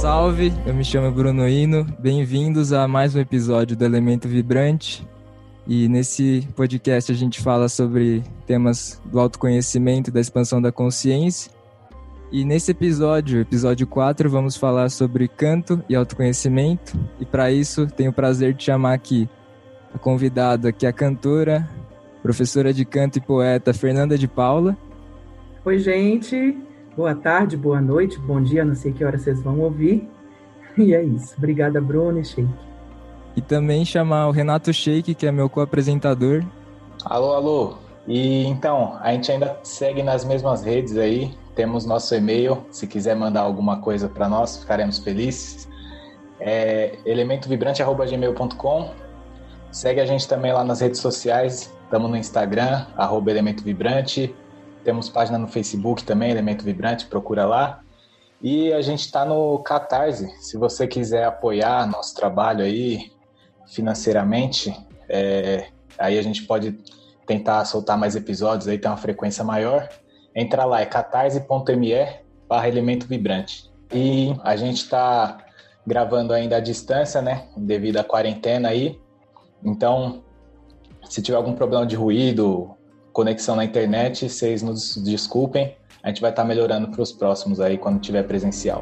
salve! Eu me chamo Bruno Hino, bem-vindos a mais um episódio do Elemento Vibrante. E nesse podcast a gente fala sobre temas do autoconhecimento e da expansão da consciência. E nesse episódio 4, vamos falar sobre canto e autoconhecimento. E para isso, tenho o prazer de chamar aqui a convidada, que é a cantora, professora de canto e poeta Fernanda de Paula. Oi, gente. Boa tarde, boa noite, bom dia. Não sei que hora vocês vão ouvir. E é isso. Obrigada, Bruno e Sheik. E também chamar o Renato Sheik, que é meu co-apresentador. Alô. E então, a gente ainda segue nas mesmas redes aí. Temos nosso e-mail. Se quiser mandar alguma coisa para nós, ficaremos felizes. É elementovibrante@gmail.com. Segue a gente também lá nas redes sociais. Estamos no Instagram, @elementovibrante. Temos página no Facebook também, Elemento Vibrante, procura lá. E a gente está no Catarse. Se você quiser apoiar nosso trabalho aí financeiramente, aí a gente pode tentar soltar mais episódios, aí ter uma frequência maior. Entra lá, é catarse.me/Elemento Vibrante. E a gente está gravando ainda à distância, né? Devido à quarentena aí. Então, se tiver algum problema de ruído, conexão na internet, vocês nos desculpem. A gente vai estar melhorando para os próximos aí, quando tiver presencial.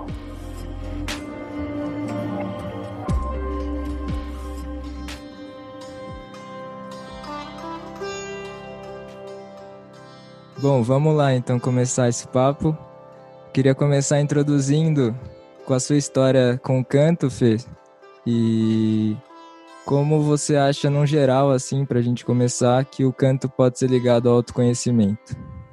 Bom, vamos lá então começar esse papo. Queria começar introduzindo com a sua história com o canto, Fê. E como você acha, no geral, assim, pra gente começar, que o canto pode ser ligado ao autoconhecimento?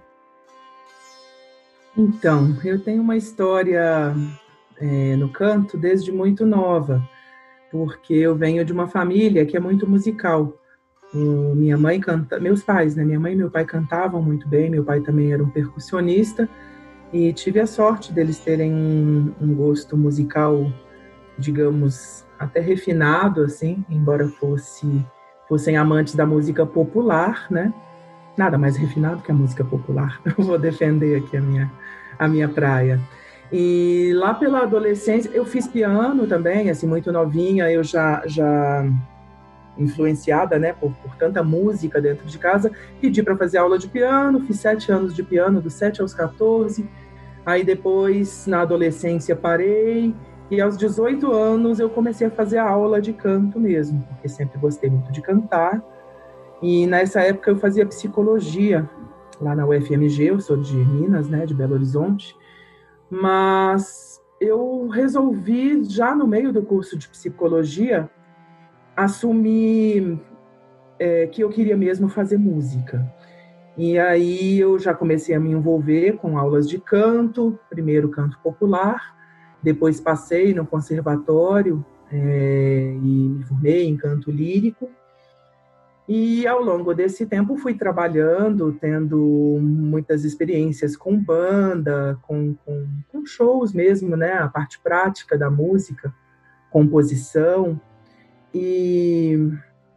Então, eu tenho uma história no canto desde muito nova, porque eu venho de uma família que é muito musical. Minha mãe meus pais, né? Minha mãe e meu pai cantavam muito bem, meu pai também era um percussionista, e tive a sorte deles terem um gosto musical, digamos, até refinado, assim, embora fossem amantes da música popular, né? Nada mais refinado que a música popular. Eu vou defender aqui a minha praia. E lá pela adolescência, eu fiz piano também, assim, muito novinha, eu já influenciada, né, por tanta música dentro de casa, pedi para fazer aula de piano, fiz 7 anos de piano, dos 7 aos 14, aí depois, na adolescência, parei, e aos 18 anos eu comecei a fazer aula de canto mesmo, porque sempre gostei muito de cantar. E nessa época eu fazia psicologia lá na UFMG, eu sou de Minas, né, de Belo Horizonte, mas eu resolvi, já no meio do curso de psicologia, assumir que eu queria mesmo fazer música. E aí eu já comecei a me envolver com aulas de canto, primeiro canto popular, depois passei no conservatório e me formei em canto lírico. E ao longo desse tempo fui trabalhando, tendo muitas experiências com banda, com shows mesmo, né? A parte prática da música, composição. E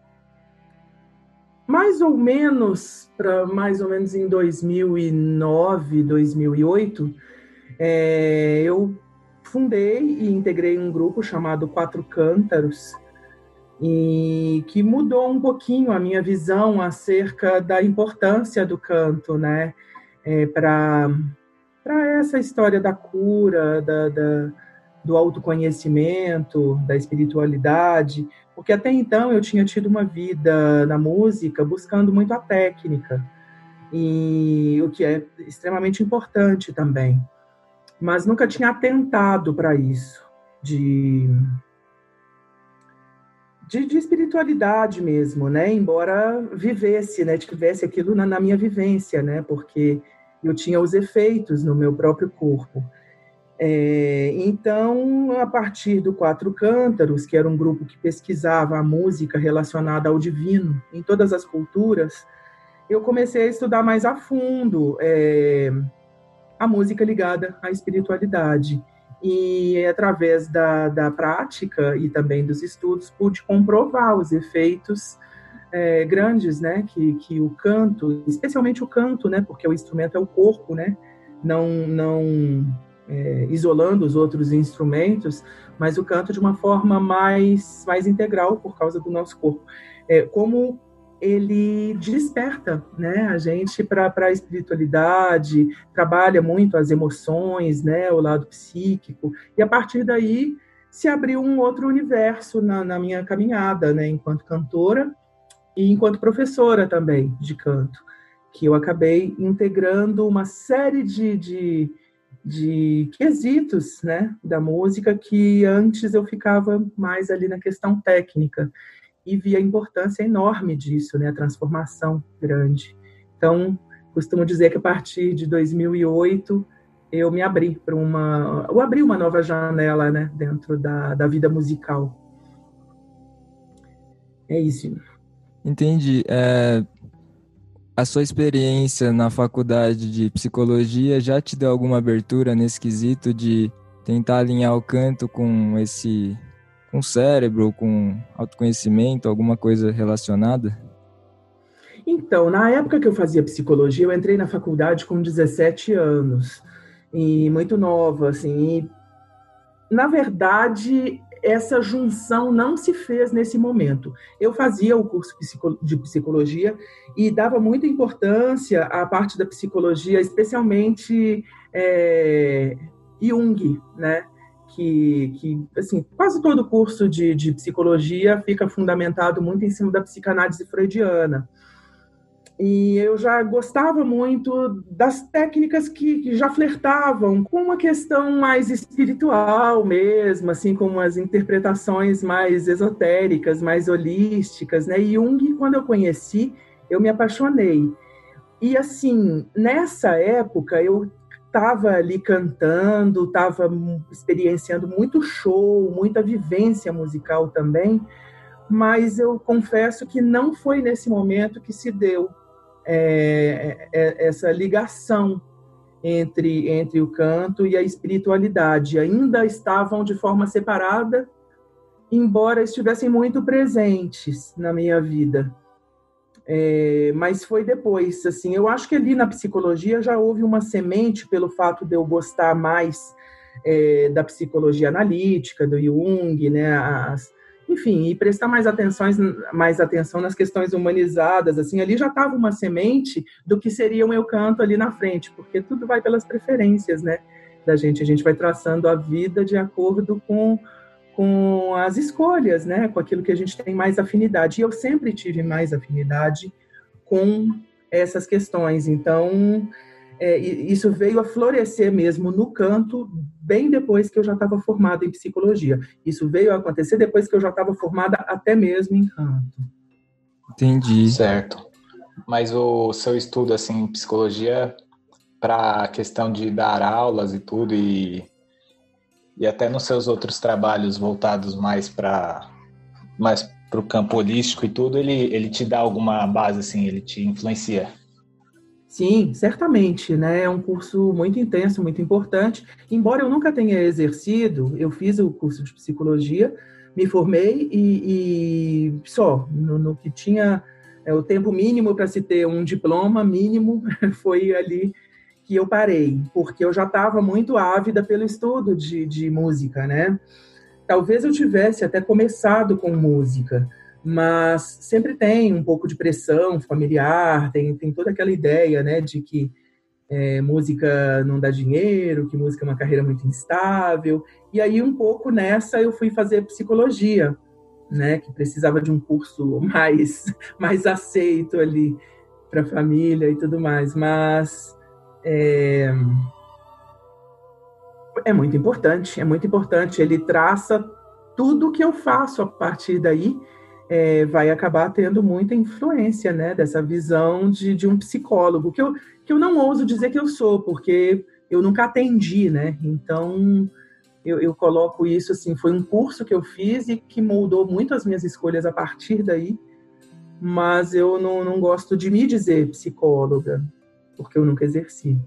mais ou menos em 2009, 2008, eu fundei e integrei um grupo chamado Quatro Cântaros, e que mudou um pouquinho a minha visão acerca da importância do canto, né, para essa história da cura, do autoconhecimento, da espiritualidade, porque até então eu tinha tido uma vida na música buscando muito a técnica, e o que é extremamente importante também, mas nunca tinha atentado para isso, de espiritualidade mesmo, né? Embora vivesse, né? Tivesse aquilo na minha vivência, né? Porque eu tinha os efeitos no meu próprio corpo. Então, a partir do Quatro Cântaros, que era um grupo que pesquisava a música relacionada ao divino em todas as culturas, eu comecei a estudar mais a fundo a música ligada à espiritualidade. E através da prática e também dos estudos pude comprovar os efeitos grandes, né, que o canto, especialmente o canto, né, porque o instrumento é o corpo, né, não isolando os outros instrumentos, mas o canto de uma forma mais integral por causa do nosso corpo. Como ele desperta, né, a gente para a espiritualidade, trabalha muito as emoções, né, o lado psíquico, e a partir daí se abriu um outro universo na minha caminhada, né, enquanto cantora e enquanto professora também de canto, que eu acabei integrando uma série de quesitos, né, da música, que antes eu ficava mais ali na questão técnica, e vi a importância enorme disso, né, a transformação grande. Então, costumo dizer que a partir de 2008, eu me abri para abri uma nova janela, né, dentro da vida musical. É isso. Entendi. A sua experiência na faculdade de psicologia já te deu alguma abertura nesse quesito de tentar alinhar o canto com o cérebro, com autoconhecimento, alguma coisa relacionada? Então, na época que eu fazia psicologia, eu entrei na faculdade com 17 anos, e muito nova, assim, e, na verdade, essa junção não se fez nesse momento. Eu fazia o curso de psicologia e dava muita importância à parte da psicologia, especialmente Jung, né? Que assim, quase todo curso de psicologia fica fundamentado muito em cima da psicanálise freudiana. E eu já gostava muito das técnicas que já flertavam com uma questão mais espiritual mesmo, assim, com umas interpretações mais esotéricas, mais holísticas, né? E Jung, quando eu conheci, eu me apaixonei. E, assim, nessa época, eu estava ali cantando, estava experienciando muito show, muita vivência musical também, mas eu confesso que não foi nesse momento que se deu essa ligação entre o canto e a espiritualidade. Ainda estavam de forma separada, embora estivessem muito presentes na minha vida. Mas foi depois, assim, eu acho que ali na psicologia já houve uma semente pelo fato de eu gostar mais da psicologia analítica, do Jung, né, enfim, e prestar mais atenção nas questões humanizadas, assim, ali já estava uma semente do que seria o meu canto ali na frente, porque tudo vai pelas preferências, né, da gente, a gente vai traçando a vida de acordo com as escolhas, né, com aquilo que a gente tem mais afinidade, e eu sempre tive mais afinidade com essas questões, então isso veio a florescer mesmo no canto bem depois que eu já estava formada em psicologia. Isso veio a acontecer depois que eu já estava formada até mesmo em canto. Entendi. Certo. Mas o seu estudo assim, em psicologia, para a questão de dar aulas e tudo, e até nos seus outros trabalhos voltados mais para o campo holístico e tudo, ele te dá alguma base, assim, ele te influencia? Sim, certamente, né? É um curso muito intenso, muito importante. Embora eu nunca tenha exercido, eu fiz o curso de psicologia, me formei e só, no que tinha o tempo mínimo para se ter um diploma mínimo, foi ali que eu parei, porque eu já estava muito ávida pelo estudo de música, né? Talvez eu tivesse até começado com música, mas sempre tem um pouco de pressão familiar, tem toda aquela ideia, né, de que música não dá dinheiro, que música é uma carreira muito instável, e aí um pouco nessa eu fui fazer psicologia, né, que precisava de um curso mais aceito ali para a família e tudo mais, mas é muito importante, ele traça tudo que eu faço a partir daí, vai acabar tendo muita influência, né, dessa visão de um psicólogo, que eu não ouso dizer que eu sou, porque eu nunca atendi, né, então eu coloco isso assim, foi um curso que eu fiz e que moldou muito as minhas escolhas a partir daí, mas eu não gosto de me dizer psicóloga, porque eu nunca exerci.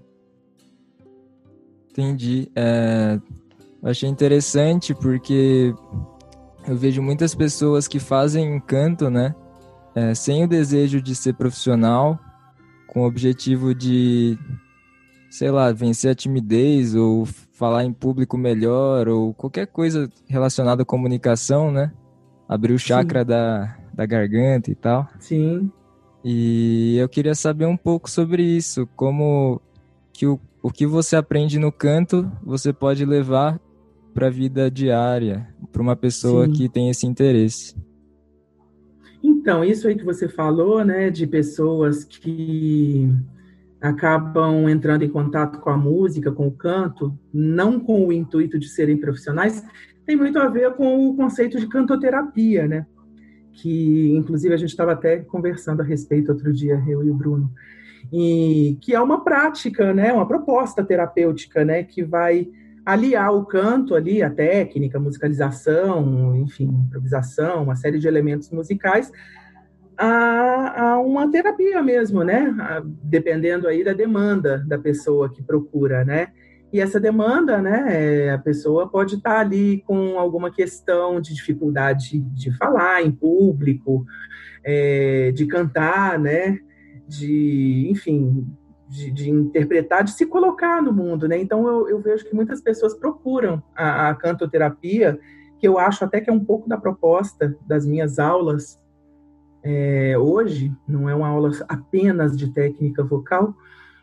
Entendi. Eu achei interessante porque eu vejo muitas pessoas que fazem canto, né, sem o desejo de ser profissional, com o objetivo de, sei lá, vencer a timidez ou falar em público melhor ou qualquer coisa relacionada à comunicação, né? Abrir o chakra Sim, da garganta e tal. sim. E eu queria saber um pouco sobre isso, como que o que você aprende no canto você pode levar para a vida diária, para uma pessoa Sim. que tem esse interesse. Então, isso aí que você falou, né, de pessoas que acabam entrando em contato com a música, com o canto, não com o intuito de serem profissionais, tem muito a ver com o conceito de cantoterapia, né? Que, inclusive, a gente estava até conversando a respeito outro dia, eu e o Bruno, e que é uma prática, né, uma proposta terapêutica, né, que vai aliar o canto ali, a técnica, a musicalização, enfim, improvisação, uma série de elementos musicais a uma terapia mesmo, né? Dependendo aí da demanda da pessoa que procura, né? E essa demanda, né? A pessoa pode estar ali com alguma questão de dificuldade de falar em público, de cantar, né? Enfim, de interpretar, de se colocar no mundo, né? Então eu vejo que muitas pessoas procuram a cantoterapia, que eu acho até que é um pouco da proposta das minhas aulas hoje, não é uma aula apenas de técnica vocal,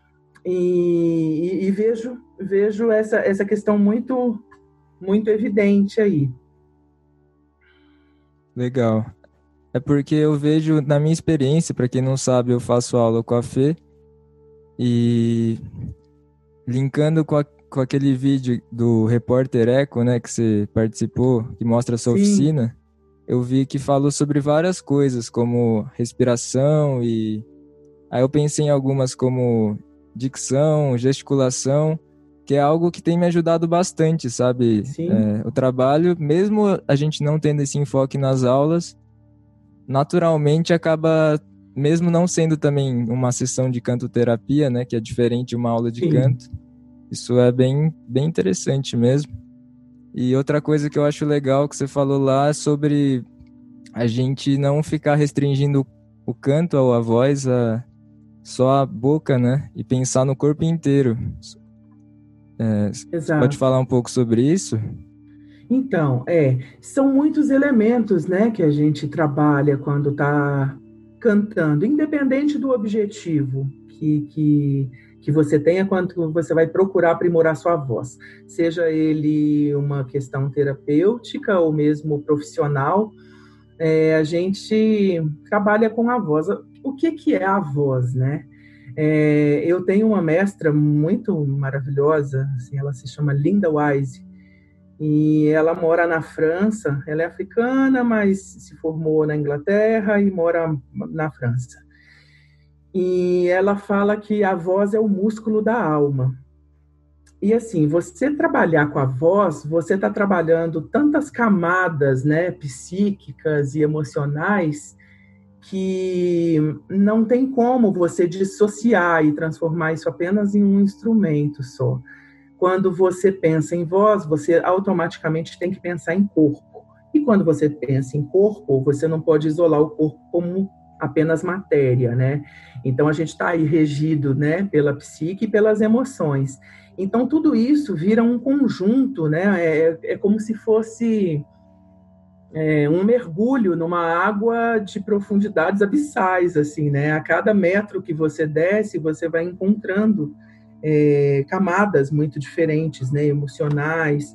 e vejo essa questão muito, muito evidente aí. Legal. É porque eu vejo, na minha experiência, para quem não sabe, eu faço aula com a Fê e linkando com aquele vídeo do Repórter Eco, né, que você participou, que mostra a sua Sim, oficina, eu vi que falou sobre várias coisas, como respiração e aí eu pensei em algumas como dicção, gesticulação, que é algo que tem me ajudado bastante, sabe? sim, O trabalho, mesmo a gente não tendo esse enfoque nas aulas, naturalmente acaba, mesmo não sendo também uma sessão de cantoterapia, né, que é diferente de uma aula de sim, canto, isso é bem, bem interessante mesmo. E outra coisa que eu acho legal que você falou lá é sobre a gente não ficar restringindo o canto ou a voz a só a boca, né? E pensar no corpo inteiro. Você pode exato. falar um pouco sobre isso? Então, são muitos elementos, né, que a gente trabalha quando está cantando, independente do objetivo que você tenha quando você vai procurar aprimorar sua voz. Seja ele uma questão terapêutica ou mesmo profissional, a gente trabalha com a voz. O que é a voz, né? Eu tenho uma mestra muito maravilhosa, assim, ela se chama Linda Wise, e ela mora na França. Ela é africana, mas se formou na Inglaterra e mora na França. E ela fala que a voz é o músculo da alma. E assim, você trabalhar com a voz, você está trabalhando tantas camadas, né, psíquicas e emocionais, que não tem como você dissociar e transformar isso apenas em um instrumento só. Quando você pensa em voz, você automaticamente tem que pensar em corpo. E quando você pensa em corpo, você não pode isolar o corpo como apenas matéria, né? Então a gente está aí regido, né, pela psique e pelas emoções. Então tudo isso vira um conjunto, né? É como se fosse um mergulho numa água de profundidades abissais, assim, né? A cada metro que você desce, você vai encontrando camadas muito diferentes, né? Emocionais.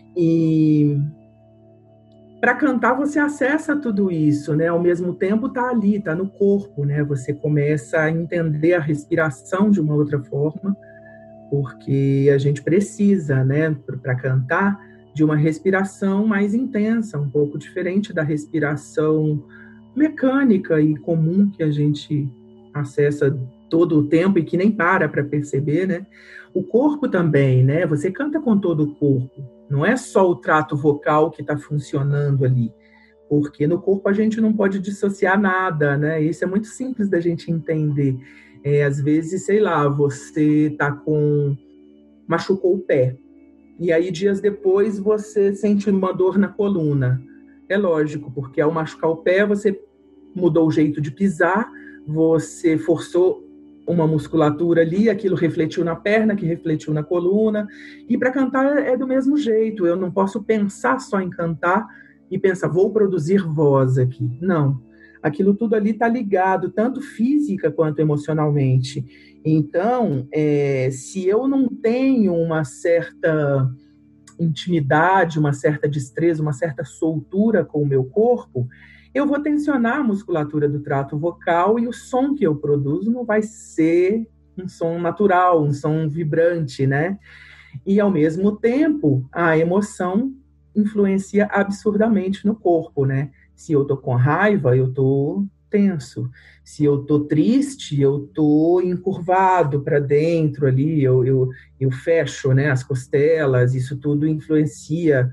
E para cantar você acessa tudo isso, né? Ao mesmo tempo está ali, está no corpo, né? Você começa a entender a respiração de uma outra forma, porque a gente precisa, né, para cantar, de uma respiração mais intensa, um pouco diferente da respiração mecânica e comum que a gente acessa todo o tempo e que nem para perceber, né? O corpo também, né? Você canta com todo o corpo, não é só o trato vocal que está funcionando ali, porque no corpo a gente não pode dissociar nada, né? Isso é muito simples da gente entender. Às vezes, sei lá, você tá machucou o pé, e aí dias depois você sente uma dor na coluna. É lógico, porque ao machucar o pé, você mudou o jeito de pisar, você forçou uma musculatura ali, aquilo refletiu na perna, que refletiu na coluna. E para cantar é do mesmo jeito. Eu não posso pensar só em cantar e pensar, vou produzir voz aqui. Não. Aquilo tudo ali está ligado, tanto física quanto emocionalmente. Então, se eu não tenho uma certa intimidade, uma certa destreza, uma certa soltura com o meu corpo, eu vou tensionar a musculatura do trato vocal e o som que eu produzo não vai ser um som natural, um som vibrante, né? E, ao mesmo tempo, a emoção influencia absurdamente no corpo, né? Se eu tô com raiva, eu tô tenso. Se eu tô triste, eu tô encurvado para dentro ali, eu fecho, né, as costelas, isso tudo influencia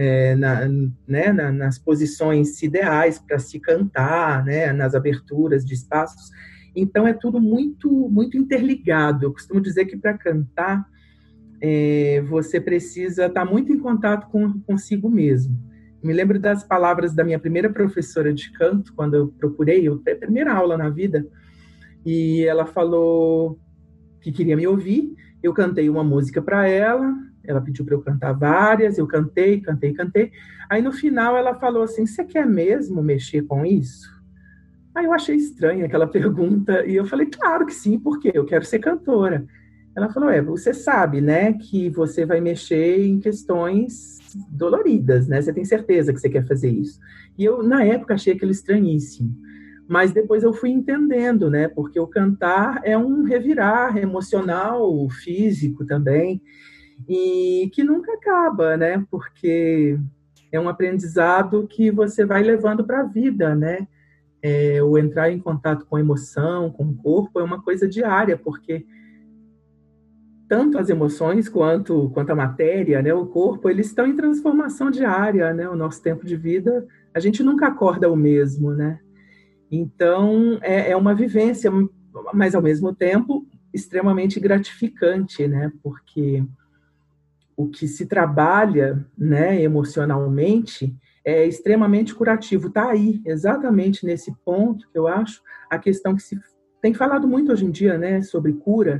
nas posições ideais para se cantar, né, nas aberturas de espaços. Então, é tudo muito, muito interligado. Eu costumo dizer que para cantar, você precisa estar muito em contato consigo mesmo. Me lembro das palavras da minha primeira professora de canto, quando eu procurei, a primeira aula na vida, e ela falou que queria me ouvir. Eu cantei uma música para ela pediu para eu cantar várias, eu cantei. Aí no final ela falou assim, você quer mesmo mexer com isso? Aí eu achei estranha aquela pergunta, e eu falei, claro que sim, porque eu quero ser cantora. Ela falou, você sabe, né, que você vai mexer em questões doloridas, né? Você tem certeza que você quer fazer isso? E eu, na época, achei aquilo estranhíssimo. Mas depois eu fui entendendo, né? Porque o cantar é um revirar emocional, físico também, e que nunca acaba, né? Porque é um aprendizado que você vai levando para a vida, né? O entrar em contato com a emoção, com o corpo, é uma coisa diária, porque tanto as emoções quanto a matéria, né, o corpo, eles estão em transformação diária, né? O nosso tempo de vida, a gente nunca acorda o mesmo, né? Então, é uma vivência, mas ao mesmo tempo extremamente gratificante, né? Porque o que se trabalha, né, emocionalmente é extremamente curativo. Está aí, exatamente nesse ponto que eu acho a questão que se tem falado muito hoje em dia, né, sobre cura.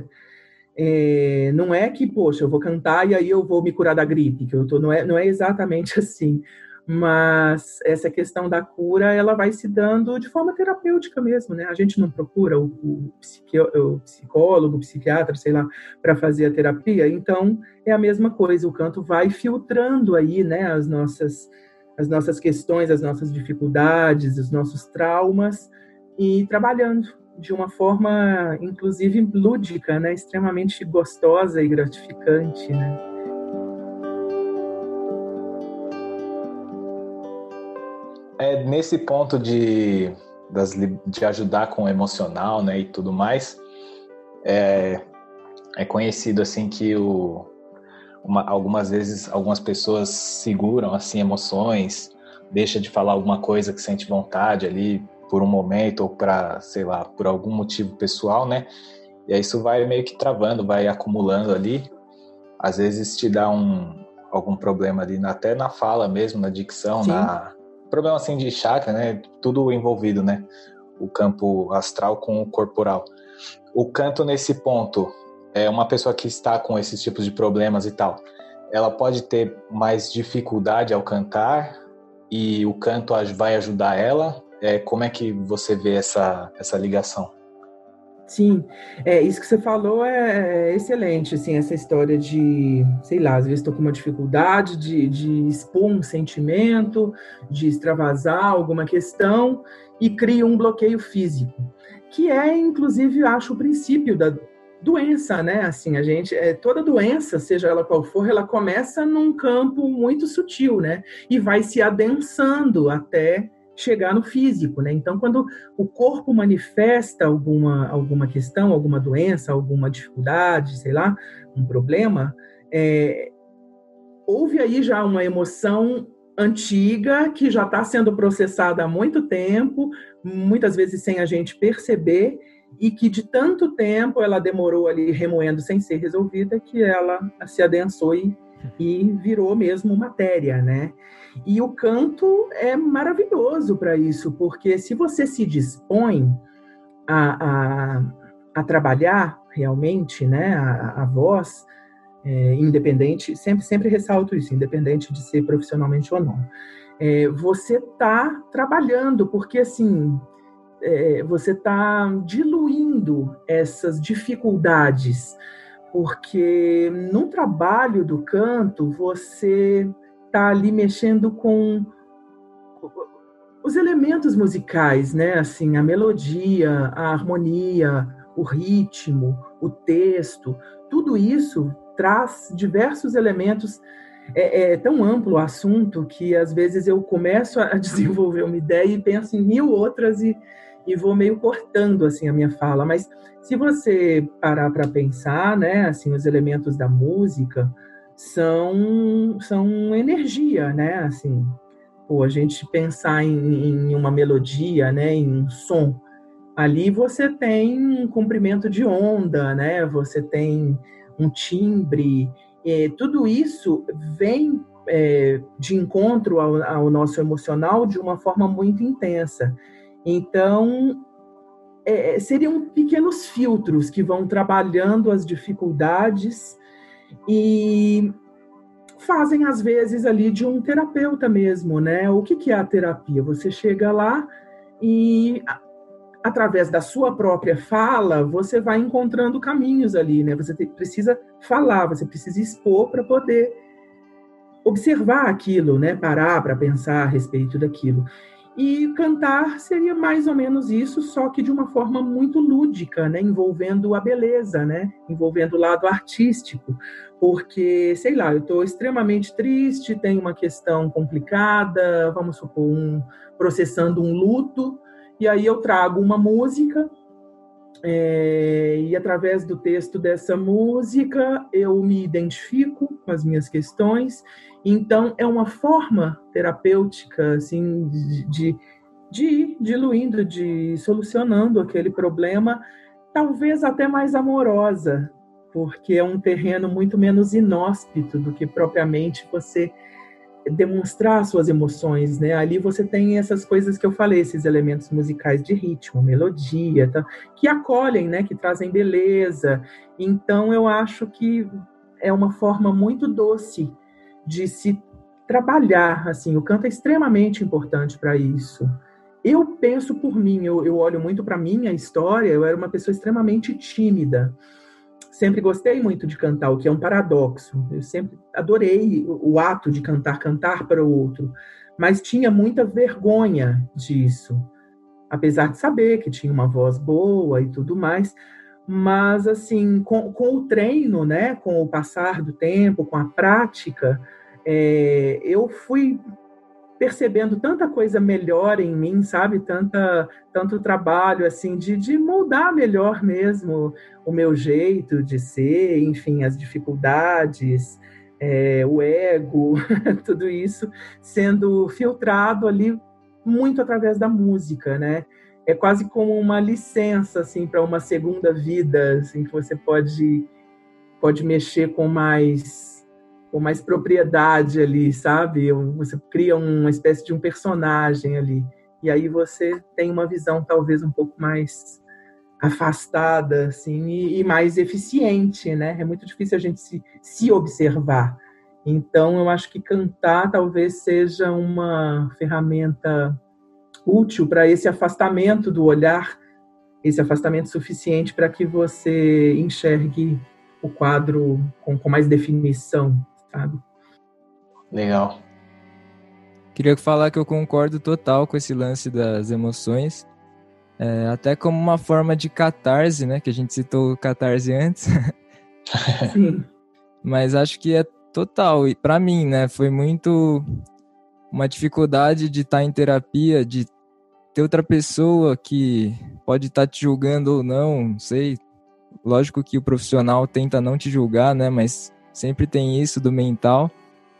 Não é que, poxa, eu vou cantar e aí eu vou me curar da gripe, que não é exatamente assim, mas essa questão da cura, ela vai se dando de forma terapêutica mesmo, né? A gente não procura o psicólogo, o psiquiatra, sei lá, para fazer a terapia, então é a mesma coisa, o canto vai filtrando aí, né, as nossas questões, as nossas dificuldades, os nossos traumas, e trabalhando de uma forma, inclusive, lúdica, né? Extremamente gostosa e gratificante, né? Nesse ponto de ajudar com o emocional, né, e tudo mais, é conhecido assim que algumas vezes algumas pessoas seguram assim emoções, deixa de falar alguma coisa que sente vontade ali por um momento ou para, sei lá, por algum motivo pessoal, né? E aí isso vai meio que travando, vai acumulando ali. Às vezes te dá algum problema ali, até na fala mesmo, na dicção, problema assim de chakra, né? Tudo envolvido, né? O campo astral com o corporal. O canto nesse ponto, uma pessoa que está com esses tipos de problemas e tal, ela pode ter mais dificuldade ao cantar e o canto vai ajudar ela? Como é que você vê essa ligação? Sim, isso que você falou é excelente, assim, essa história de, sei lá, às vezes estou com uma dificuldade de expor um sentimento, de extravasar alguma questão e crio um bloqueio físico, que inclusive, acho o princípio da doença, né? Assim, toda doença, seja ela qual for, ela começa num campo muito sutil, né? E vai se adensando até chegar no físico, né? Então, quando o corpo manifesta alguma questão, alguma doença, alguma dificuldade, sei lá, um problema, houve aí já uma emoção antiga que já está sendo processada há muito tempo, muitas vezes sem a gente perceber, e que de tanto tempo ela demorou ali remoendo sem ser resolvida, que ela se adensou e virou mesmo matéria, né? E o canto é maravilhoso para isso, porque se você se dispõe a a trabalhar realmente, né, a voz, independente, sempre ressalto isso, independente de ser profissionalmente ou não. Você está trabalhando, porque assim, você está diluindo essas dificuldades, porque no trabalho do canto, você está ali mexendo com os elementos musicais, né? Assim, a melodia, a harmonia, o ritmo, o texto, tudo isso traz diversos elementos. É tão amplo o assunto que às vezes eu começo a desenvolver uma ideia e penso em 1000 outras e vou meio cortando assim a minha fala. Mas se você parar para pensar, né, assim, os elementos da música são energia, né? Assim, a gente pensar em uma melodia, né, em um som, ali você tem um comprimento de onda, né? Você tem um timbre, tudo isso vem de encontro ao nosso emocional de uma forma muito intensa. Então, seriam pequenos filtros que vão trabalhando as dificuldades e fazem, às vezes, ali de um terapeuta mesmo, né? O que é a terapia? Você chega lá e, através da sua própria fala, você vai encontrando caminhos ali, né? Você precisa falar, você precisa expor para poder observar aquilo, né? Parar para pensar a respeito daquilo. E cantar seria mais ou menos isso, só que de uma forma muito lúdica, né? Envolvendo a beleza, né? Envolvendo o lado artístico. Porque, sei lá, eu estou extremamente triste, tenho uma questão complicada, vamos supor, processando um luto, e aí eu trago uma música, e através do texto dessa música eu me identifico com as minhas questões. Então é uma forma terapêutica assim, de ir diluindo, de ir solucionando aquele problema, talvez até mais amorosa, porque é um terreno muito menos inóspito do que propriamente você demonstrar suas emoções, né? Ali você tem essas coisas que eu falei, esses elementos musicais de ritmo, melodia, tá? Que acolhem, né? Que trazem beleza. Então eu acho que é uma forma muito doce de se trabalhar, assim. O canto é extremamente importante para isso. Eu penso por mim, eu olho muito para minha história. Eu era uma pessoa extremamente tímida. Sempre gostei muito de cantar, o que é um paradoxo. Eu sempre adorei o ato de cantar para o outro, mas tinha muita vergonha disso, apesar de saber que tinha uma voz boa e tudo mais. Mas, assim, com o treino, né, com o passar do tempo, com a prática, eu fui percebendo tanta coisa melhor em mim, sabe? Tanto trabalho, assim, de moldar melhor mesmo o meu jeito de ser, enfim, as dificuldades, o ego, tudo isso sendo filtrado ali muito através da música, né? É quase como uma licença, assim, para uma segunda vida, assim, que você pode mexer com mais propriedade ali, sabe? Você cria uma espécie de um personagem ali. E aí você tem uma visão talvez um pouco mais afastada, assim, e mais eficiente, né? É muito difícil a gente se observar. Então, eu acho que cantar talvez seja uma ferramenta útil para esse afastamento do olhar, esse afastamento suficiente para que você enxergue o quadro com mais definição, sabe? Legal. Queria falar que eu concordo total com esse lance das emoções, até como uma forma de catarse, né? Que a gente citou catarse antes. Sim. Mas acho que é total. E para mim, né? Foi muito uma dificuldade de estar em terapia, de ter outra pessoa que pode estar te julgando ou não sei. Lógico que o profissional tenta não te julgar, né? Mas sempre tem isso do mental.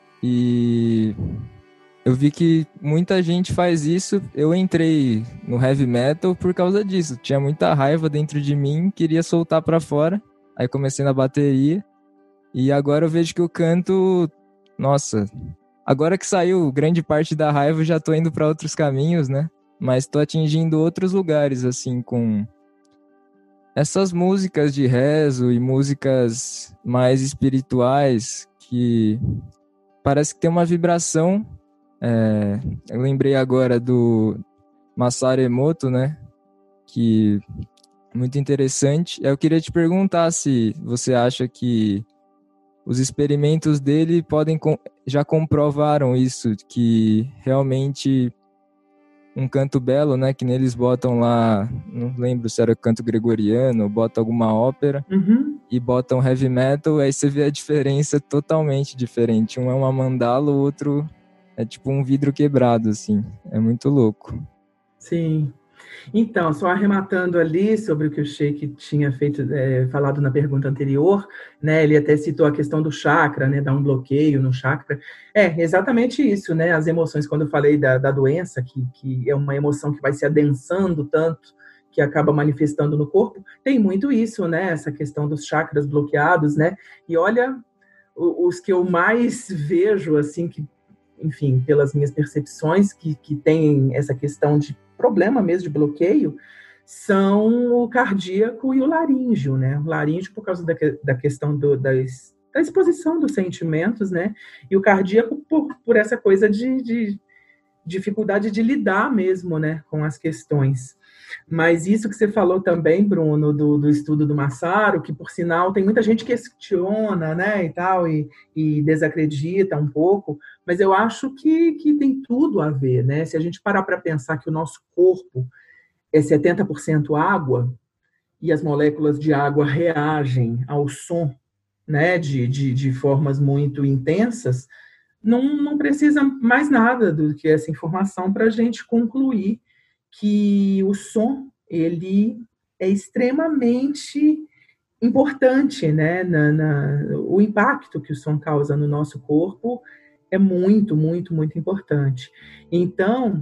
E eu vi que muita gente faz isso. Eu entrei no heavy metal por causa disso. Tinha muita raiva dentro de mim, queria soltar pra fora. Aí comecei na bateria. E agora eu vejo que o canto... Nossa, agora que saiu grande parte da raiva, eu já tô indo pra outros caminhos, né? Mas tô atingindo outros lugares, assim, com essas músicas de rezo e músicas mais espirituais que parece que tem uma vibração. Eu lembrei agora do Masaru Emoto, né? Que é muito interessante. Eu queria te perguntar se você acha que os experimentos dele já comprovaram isso, que realmente um canto belo, né, que neles botam lá, não lembro se era canto gregoriano, bota alguma ópera, e botam heavy metal, aí você vê a diferença totalmente diferente. Um é uma mandala, o outro é tipo um vidro quebrado, assim. É muito louco. Sim. Então, só arrematando ali sobre o que o Sheik tinha falado na pergunta anterior, né? Ele até citou a questão do chakra, né? Dar um bloqueio no chakra. É exatamente isso, né? As emoções, quando eu falei da doença, que é uma emoção que vai se adensando tanto, que acaba manifestando no corpo, tem muito isso, né? Essa questão dos chakras bloqueados, né? E olha, os que eu mais vejo, assim, que, enfim, pelas minhas percepções, que tem essa questão de problema mesmo de bloqueio, são o cardíaco e o laríngeo, né? O laríngeo por causa da questão da exposição dos sentimentos, né? E o cardíaco por essa coisa de dificuldade de lidar mesmo, né, com as questões. Mas isso que você falou também, Bruno, do estudo do Masaru, que por sinal tem muita gente que questiona, né, e tal, e desacredita um pouco, mas eu acho que tem tudo a ver, né? Se a gente parar para pensar que o nosso corpo é 70% água e as moléculas de água reagem ao som, né, de formas muito intensas, não precisa mais nada do que essa informação para a gente concluir que o som ele é extremamente importante, né? O impacto que o som causa no nosso corpo é muito, muito, muito importante. Então,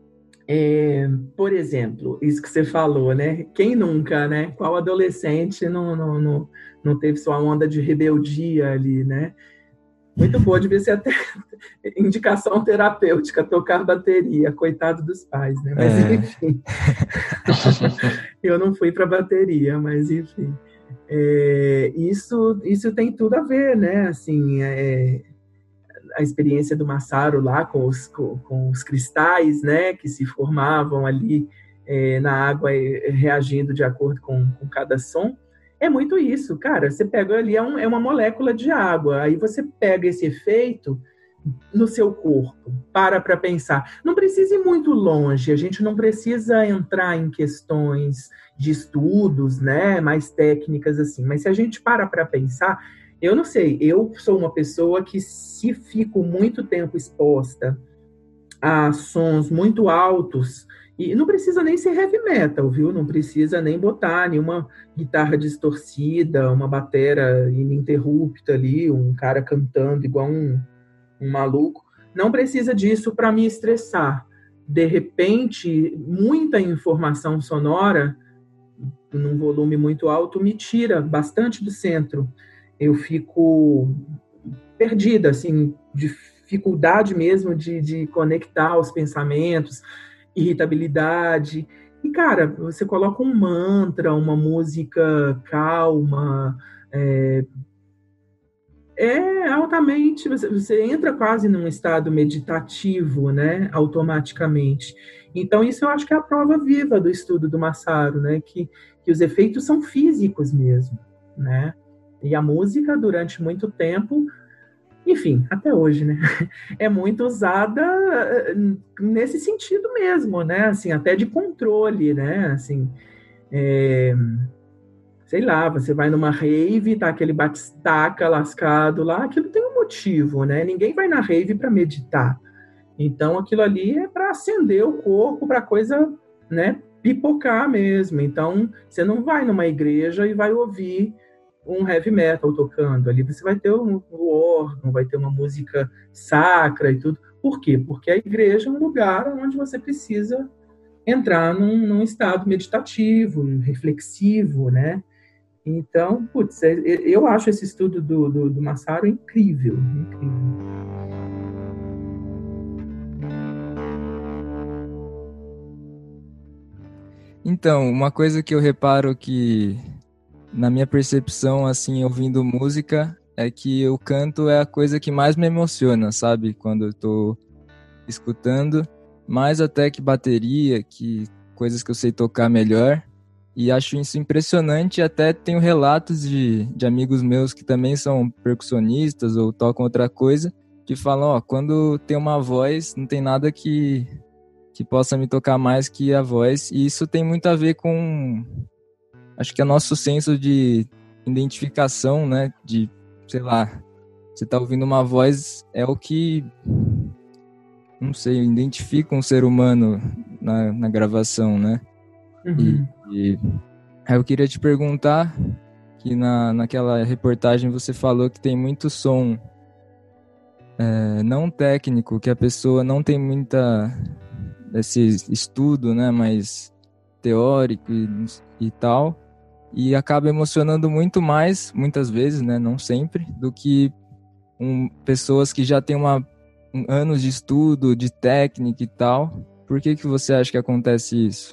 por exemplo, isso que você falou, né? Quem nunca, né? Qual adolescente não teve sua onda de rebeldia ali, né? Muito boa, devia ser até indicação terapêutica, tocar bateria, coitado dos pais, né? Mas enfim, eu não fui para bateria, mas enfim. Isso tem tudo a ver, né? Assim, a experiência do Masaru lá com os cristais, né? Que se formavam ali na água, reagindo de acordo com cada som. É muito isso, cara. Você pega ali, é uma molécula de água. Aí você pega esse efeito no seu corpo, para pensar. Não precisa ir muito longe, a gente não precisa entrar em questões de estudos, né, mais técnicas assim, mas se a gente para pensar, eu não sei, eu sou uma pessoa que se fico muito tempo exposta a sons muito altos, e não precisa nem ser heavy metal, viu? Não precisa nem botar nenhuma guitarra distorcida, uma batera ininterrupta ali, um cara cantando igual um maluco. Não precisa disso para me estressar. De repente, muita informação sonora, num volume muito alto, me tira bastante do centro. Eu fico perdida, assim, dificuldade mesmo de conectar os pensamentos, irritabilidade. E, cara, você coloca um mantra, uma música calma, altamente, você entra quase num estado meditativo, né, automaticamente. Então, isso eu acho que é a prova viva do estudo do Masaru, né, que os efeitos são físicos mesmo, né, e a música, durante muito tempo, enfim, até hoje, né, é muito usada nesse sentido mesmo, né, assim, até de controle, né, assim, sei lá, você vai numa rave, tá aquele batistaca lascado lá, aquilo tem um motivo, né? Ninguém vai na rave para meditar. Então, aquilo ali é para acender o corpo, para coisa, né, pipocar mesmo. Então, você não vai numa igreja e vai ouvir um heavy metal tocando. Ali você vai ter um órgão, vai ter uma música sacra e tudo. Por quê? Porque a igreja é um lugar onde você precisa entrar num estado meditativo, reflexivo, né? Então, putz, eu acho esse estudo do Masaru incrível, incrível. Então, uma coisa que eu reparo que, na minha percepção, assim, ouvindo música, é que o canto é a coisa que mais me emociona, sabe? Quando eu tô escutando, mais até que bateria, que coisas que eu sei tocar melhor. E acho isso impressionante. Até tenho relatos de amigos meus que também são percussionistas ou tocam outra coisa, que falam, ó, quando tem uma voz, não tem nada que possa me tocar mais que a voz. E isso tem muito a ver com, acho que é nosso senso de identificação, né? De, sei lá, você tá ouvindo uma voz, é o que, não sei, identifica um ser humano na gravação, né? Uhum. E aí eu queria te perguntar que naquela reportagem você falou que tem muito som não técnico, que a pessoa não tem muita esse estudo, né, mais teórico e tal, e acaba emocionando muito mais, muitas vezes, né, não sempre, do que pessoas que já têm anos de estudo, de técnica e tal. Por que você acha que acontece isso?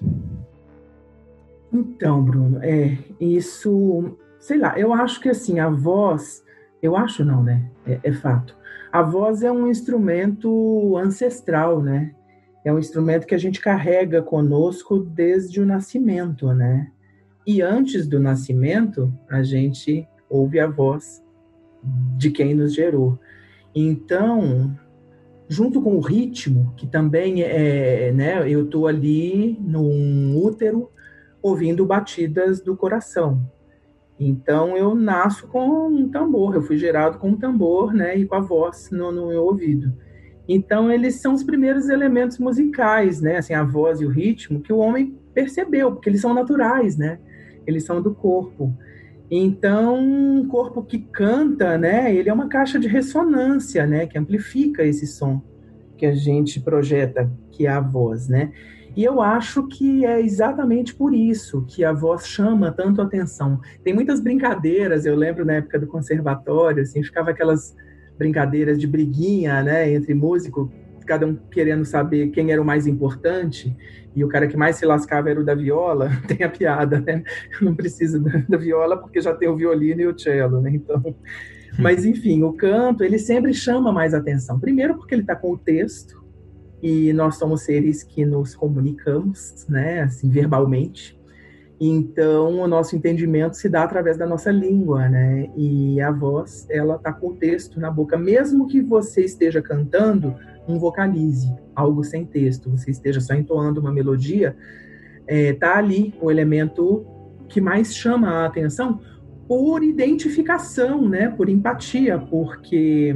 Então, Bruno, isso, sei lá, eu acho que assim, a voz, eu acho não, né? É fato. A voz é um instrumento ancestral, né? É um instrumento que a gente carrega conosco desde o nascimento, né? E antes do nascimento, a gente ouve a voz de quem nos gerou. Então, junto com o ritmo, que também né? Eu estou ali num útero ouvindo batidas do coração. Então eu nasço com um tambor, eu fui gerado com um tambor, né, e com a voz no meu ouvido. Então eles são os primeiros elementos musicais, né, assim, a voz e o ritmo que o homem percebeu, porque eles são naturais, né? Eles são do corpo. Então, um corpo que canta, né, ele é uma caixa de ressonância, né, que amplifica esse som que a gente projeta, que é a voz, né? E eu acho que é exatamente por isso que a voz chama tanto atenção. Tem muitas brincadeiras, eu lembro na época do conservatório, assim, ficava aquelas brincadeiras de briguinha, né, entre músico, cada um querendo saber quem era o mais importante, e o cara que mais se lascava era o da viola. Tem a piada, né? Não precisa da viola porque já tem o violino e o cello, né? Então, mas enfim, o canto, ele sempre chama mais atenção. Primeiro porque ele está com o texto, e nós somos seres que nos comunicamos, né, assim, verbalmente. Então, o nosso entendimento se dá através da nossa língua, né? E a voz, ela tá com o texto na boca. Mesmo que você esteja cantando, um vocalize, algo sem texto, você esteja só entoando uma melodia, tá ali o elemento que mais chama a atenção por identificação, né? Por empatia, porque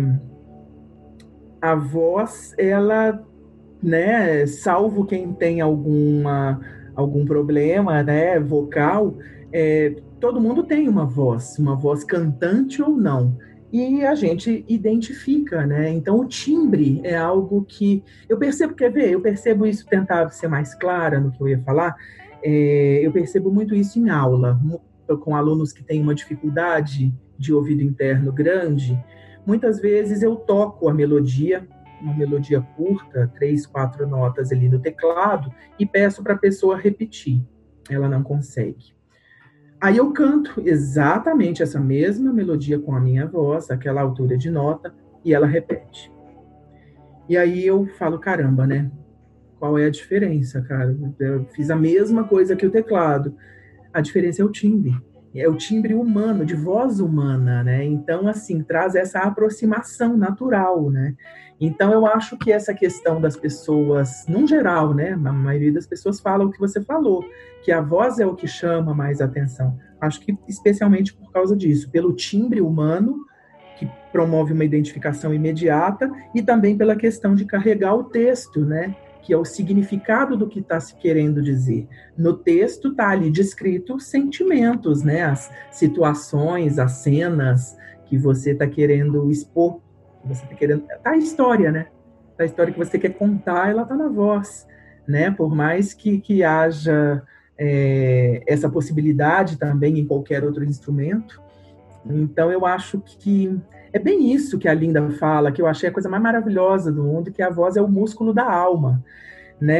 a voz, ela, né, salvo quem tem algum problema, né, vocal, todo mundo tem uma voz cantante ou não, e a gente identifica, né? Então o timbre é algo que eu percebo, quer ver? Eu percebo isso, tentar ser mais clara no que eu ia falar, eu percebo muito isso em aula, com alunos que têm uma dificuldade de ouvido interno grande. Muitas vezes eu toco a melodia, uma melodia curta, 3, 4 notas ali no teclado, e peço para a pessoa repetir. Ela não consegue. Aí eu canto exatamente essa mesma melodia com a minha voz, aquela altura de nota, e ela repete. E aí eu falo, caramba, né? Qual é a diferença, cara? Eu fiz a mesma coisa que o teclado. A diferença é o timbre. É o timbre humano, de voz humana, né? Então, assim, traz essa aproximação natural, né? Então, eu acho que essa questão das pessoas, num geral, né? A maioria das pessoas fala o que você falou, que a voz é o que chama mais atenção. Acho que especialmente por causa disso, pelo timbre humano, que promove uma identificação imediata, e também pela questão de carregar o texto, né? Que é o significado do que está se querendo dizer. No texto está ali descrito sentimentos, né? As situações, as cenas que você está querendo expor, que você está querendo. Tá a história, né? A história que você quer contar, ela está na voz, né? Por mais que haja essa possibilidade também em qualquer outro instrumento. Então eu acho que é bem isso que a Linda fala, que eu achei a coisa mais maravilhosa do mundo, que a voz é o músculo da alma, né?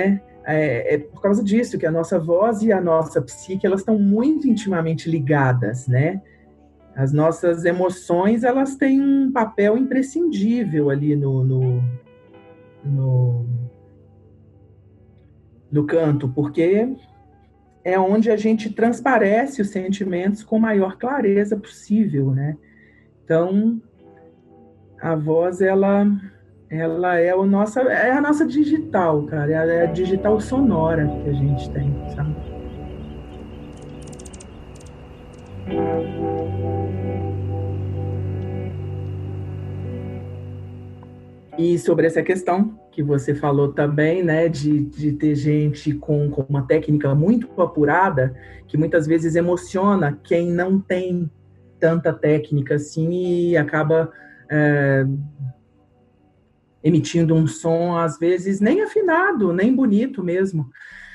é por causa disso, que a nossa voz e a nossa psique, elas estão muito intimamente ligadas, né? As nossas emoções, elas têm um papel imprescindível ali no canto, porque é onde a gente transparece os sentimentos com a maior clareza possível, né? Então, a voz, ela é a nossa digital, cara. É a digital sonora que a gente tem, sabe? E sobre essa questão que você falou também, né, de ter gente com uma técnica muito apurada, que muitas vezes emociona quem não tem tanta técnica assim e acaba emitindo um som, às vezes, nem afinado, nem bonito mesmo.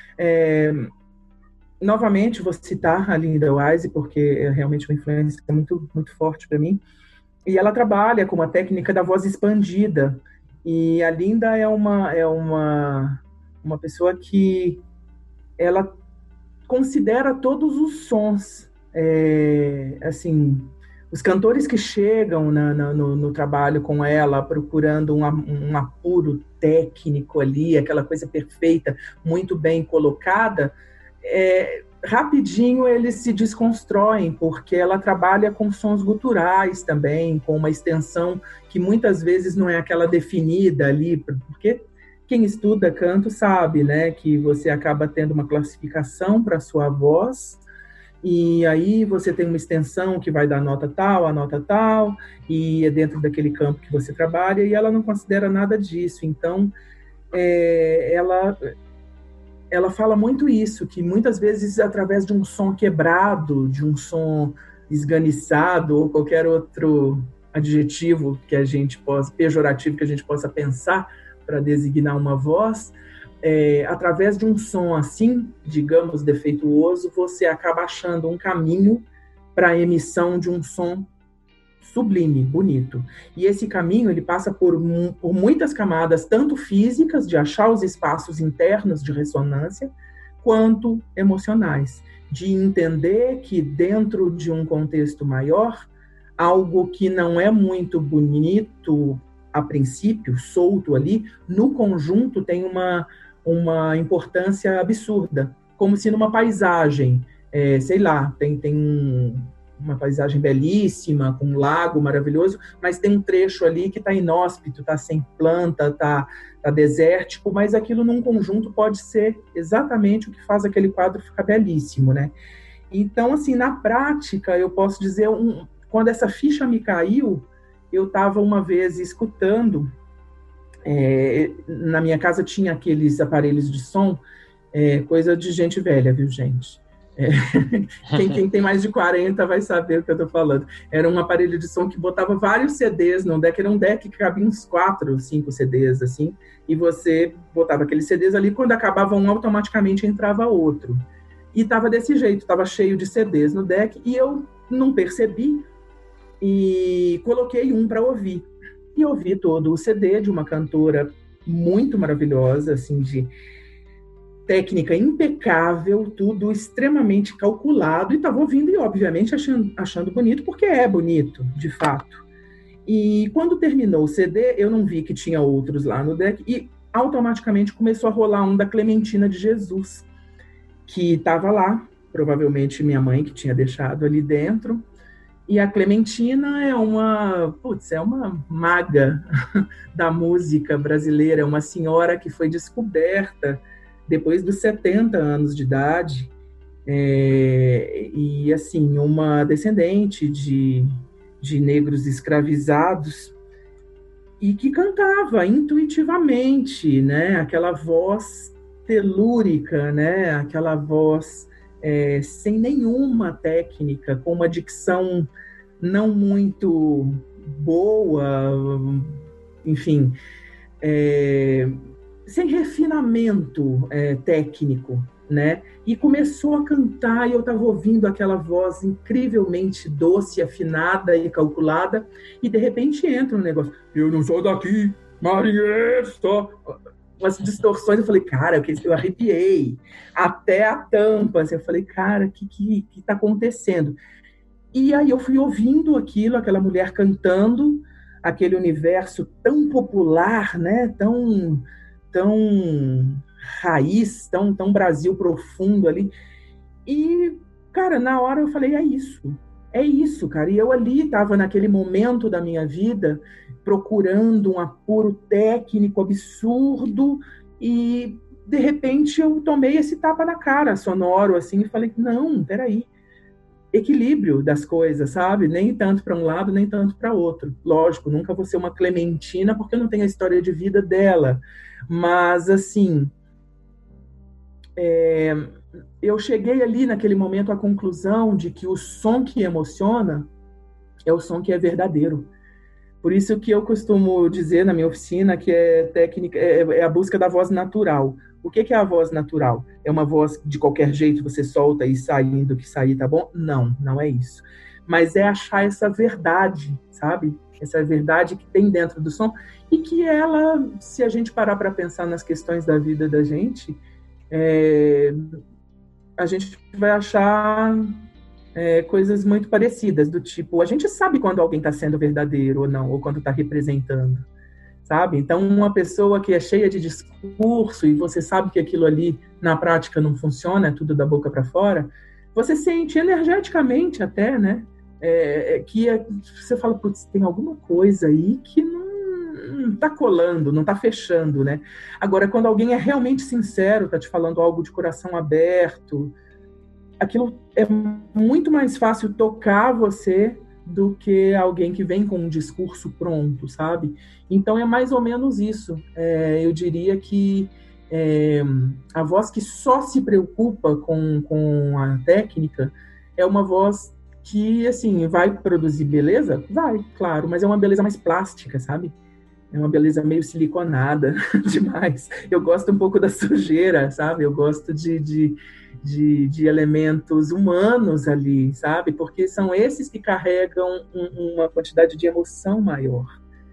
Novamente, vou citar a Linda Wise, porque é realmente uma influência muito, muito forte para mim. E ela trabalha com a técnica da voz expandida. E a Linda é uma pessoa que ela considera todos os sons. Assim, os cantores que chegam no trabalho com ela, procurando um apuro técnico ali, aquela coisa perfeita, muito bem colocada, rapidinho eles se desconstroem, porque ela trabalha com sons guturais também, com uma extensão que muitas vezes não é aquela definida ali, porque quem estuda canto sabe, né, que você acaba tendo uma classificação para a sua voz, e aí você tem uma extensão que vai dar nota tal, e é dentro daquele campo que você trabalha, e ela não considera nada disso. Então, ela fala muito isso, que muitas vezes através de um som quebrado, de um som esganiçado, ou qualquer outro adjetivo que a gente possa, pejorativo que a gente possa pensar para designar uma voz, através de um som assim, digamos, defeituoso, você acaba achando um caminho para a emissão de um som sublime, bonito. E esse caminho, ele passa por muitas camadas, tanto físicas, de achar os espaços internos de ressonância, quanto emocionais, de entender que dentro de um contexto maior, algo que não é muito bonito a princípio, solto ali, no conjunto tem uma importância absurda, como se numa paisagem, sei lá, tem uma paisagem belíssima, com um lago maravilhoso, mas tem um trecho ali que está inóspito, está sem planta, está desértico, mas aquilo num conjunto pode ser exatamente o que faz aquele quadro ficar belíssimo, né? Então, assim, na prática, eu posso dizer, quando essa ficha me caiu, eu estava uma vez escutando, na minha casa tinha aqueles de som, coisa de gente velha, viu, gente? Quem tem mais de 40 vai saber o que eu tô falando. Era um aparelho de som que botava vários CDs num deck, era um deck que cabia uns 4, 5 CDs, assim, e você botava aqueles CDs ali, quando acabava um, automaticamente entrava outro. E tava desse jeito, tava cheio de CDs no deck, e eu não percebi, e coloquei um para ouvir. E ouvi todo o CD de uma cantora muito maravilhosa, assim, de técnica impecável, tudo extremamente calculado, e estava ouvindo e, obviamente, achando bonito, porque é bonito, de fato. E quando terminou o CD, eu não vi que tinha outros lá no deck, e automaticamente começou a rolar um da Clementina de Jesus, que estava lá, provavelmente minha mãe que tinha deixado ali dentro, e a Clementina é uma maga da música brasileira, é uma senhora que foi descoberta depois dos 70 anos de idade, e assim, uma descendente de negros escravizados, e que cantava intuitivamente, né? Aquela voz telúrica, né? Aquela voz sem nenhuma técnica, com uma dicção não muito boa, enfim, sem refinamento técnico, né? E começou a cantar, e eu estava ouvindo aquela voz incrivelmente doce, afinada e calculada, e de repente entra um negócio: eu não sou daqui, Maria, só. umas distorções. Eu falei, cara, eu arrepiei até a tampa. Assim, eu falei, cara, o que tá acontecendo? E aí eu fui ouvindo aquilo, aquela mulher cantando, aquele universo tão popular, né? Tão raiz, tão Brasil profundo ali. E, cara, na hora eu falei, é isso, cara. E eu ali estava naquele momento da minha vida procurando um apuro técnico absurdo e, de repente, eu tomei esse tapa na cara sonoro, assim, e falei, não, peraí, equilíbrio das coisas, sabe? Nem tanto para um lado, nem tanto para outro. Lógico, nunca vou ser uma Clementina porque eu não tenho a história de vida dela. Mas, assim, eu cheguei ali naquele momento à conclusão de que o som que emociona é o som que é verdadeiro. Por isso que eu costumo dizer na minha oficina que é a busca da voz natural. O que é a voz natural? É uma voz de qualquer jeito você solta e saindo que sair, tá bom? Não, não é isso. Mas é achar essa verdade, sabe? Essa verdade que tem dentro do som e que ela, se a gente parar para pensar nas questões da vida da gente, a gente vai achar coisas muito parecidas, do tipo, a gente sabe quando alguém está sendo verdadeiro ou não, ou quando está representando, sabe? Então, uma pessoa que é cheia de discurso e você sabe que aquilo ali, na prática, não funciona, é tudo da boca para fora, você sente energeticamente até, né? Você fala, putz, tem alguma coisa aí que não está colando, não está fechando, né? Agora, quando alguém é realmente sincero, está te falando algo de coração aberto, aquilo é muito mais fácil tocar você do que alguém que vem com um discurso pronto, sabe? Então é mais ou menos isso. Eu diria que a voz que só se preocupa com a técnica é uma voz que, assim, vai produzir beleza? Vai, claro, mas é uma beleza mais plástica, sabe? É uma beleza meio siliconada demais. Eu gosto um pouco da sujeira, sabe? Eu gosto de elementos humanos ali, sabe? Porque são esses que carregam uma quantidade de emoção maior.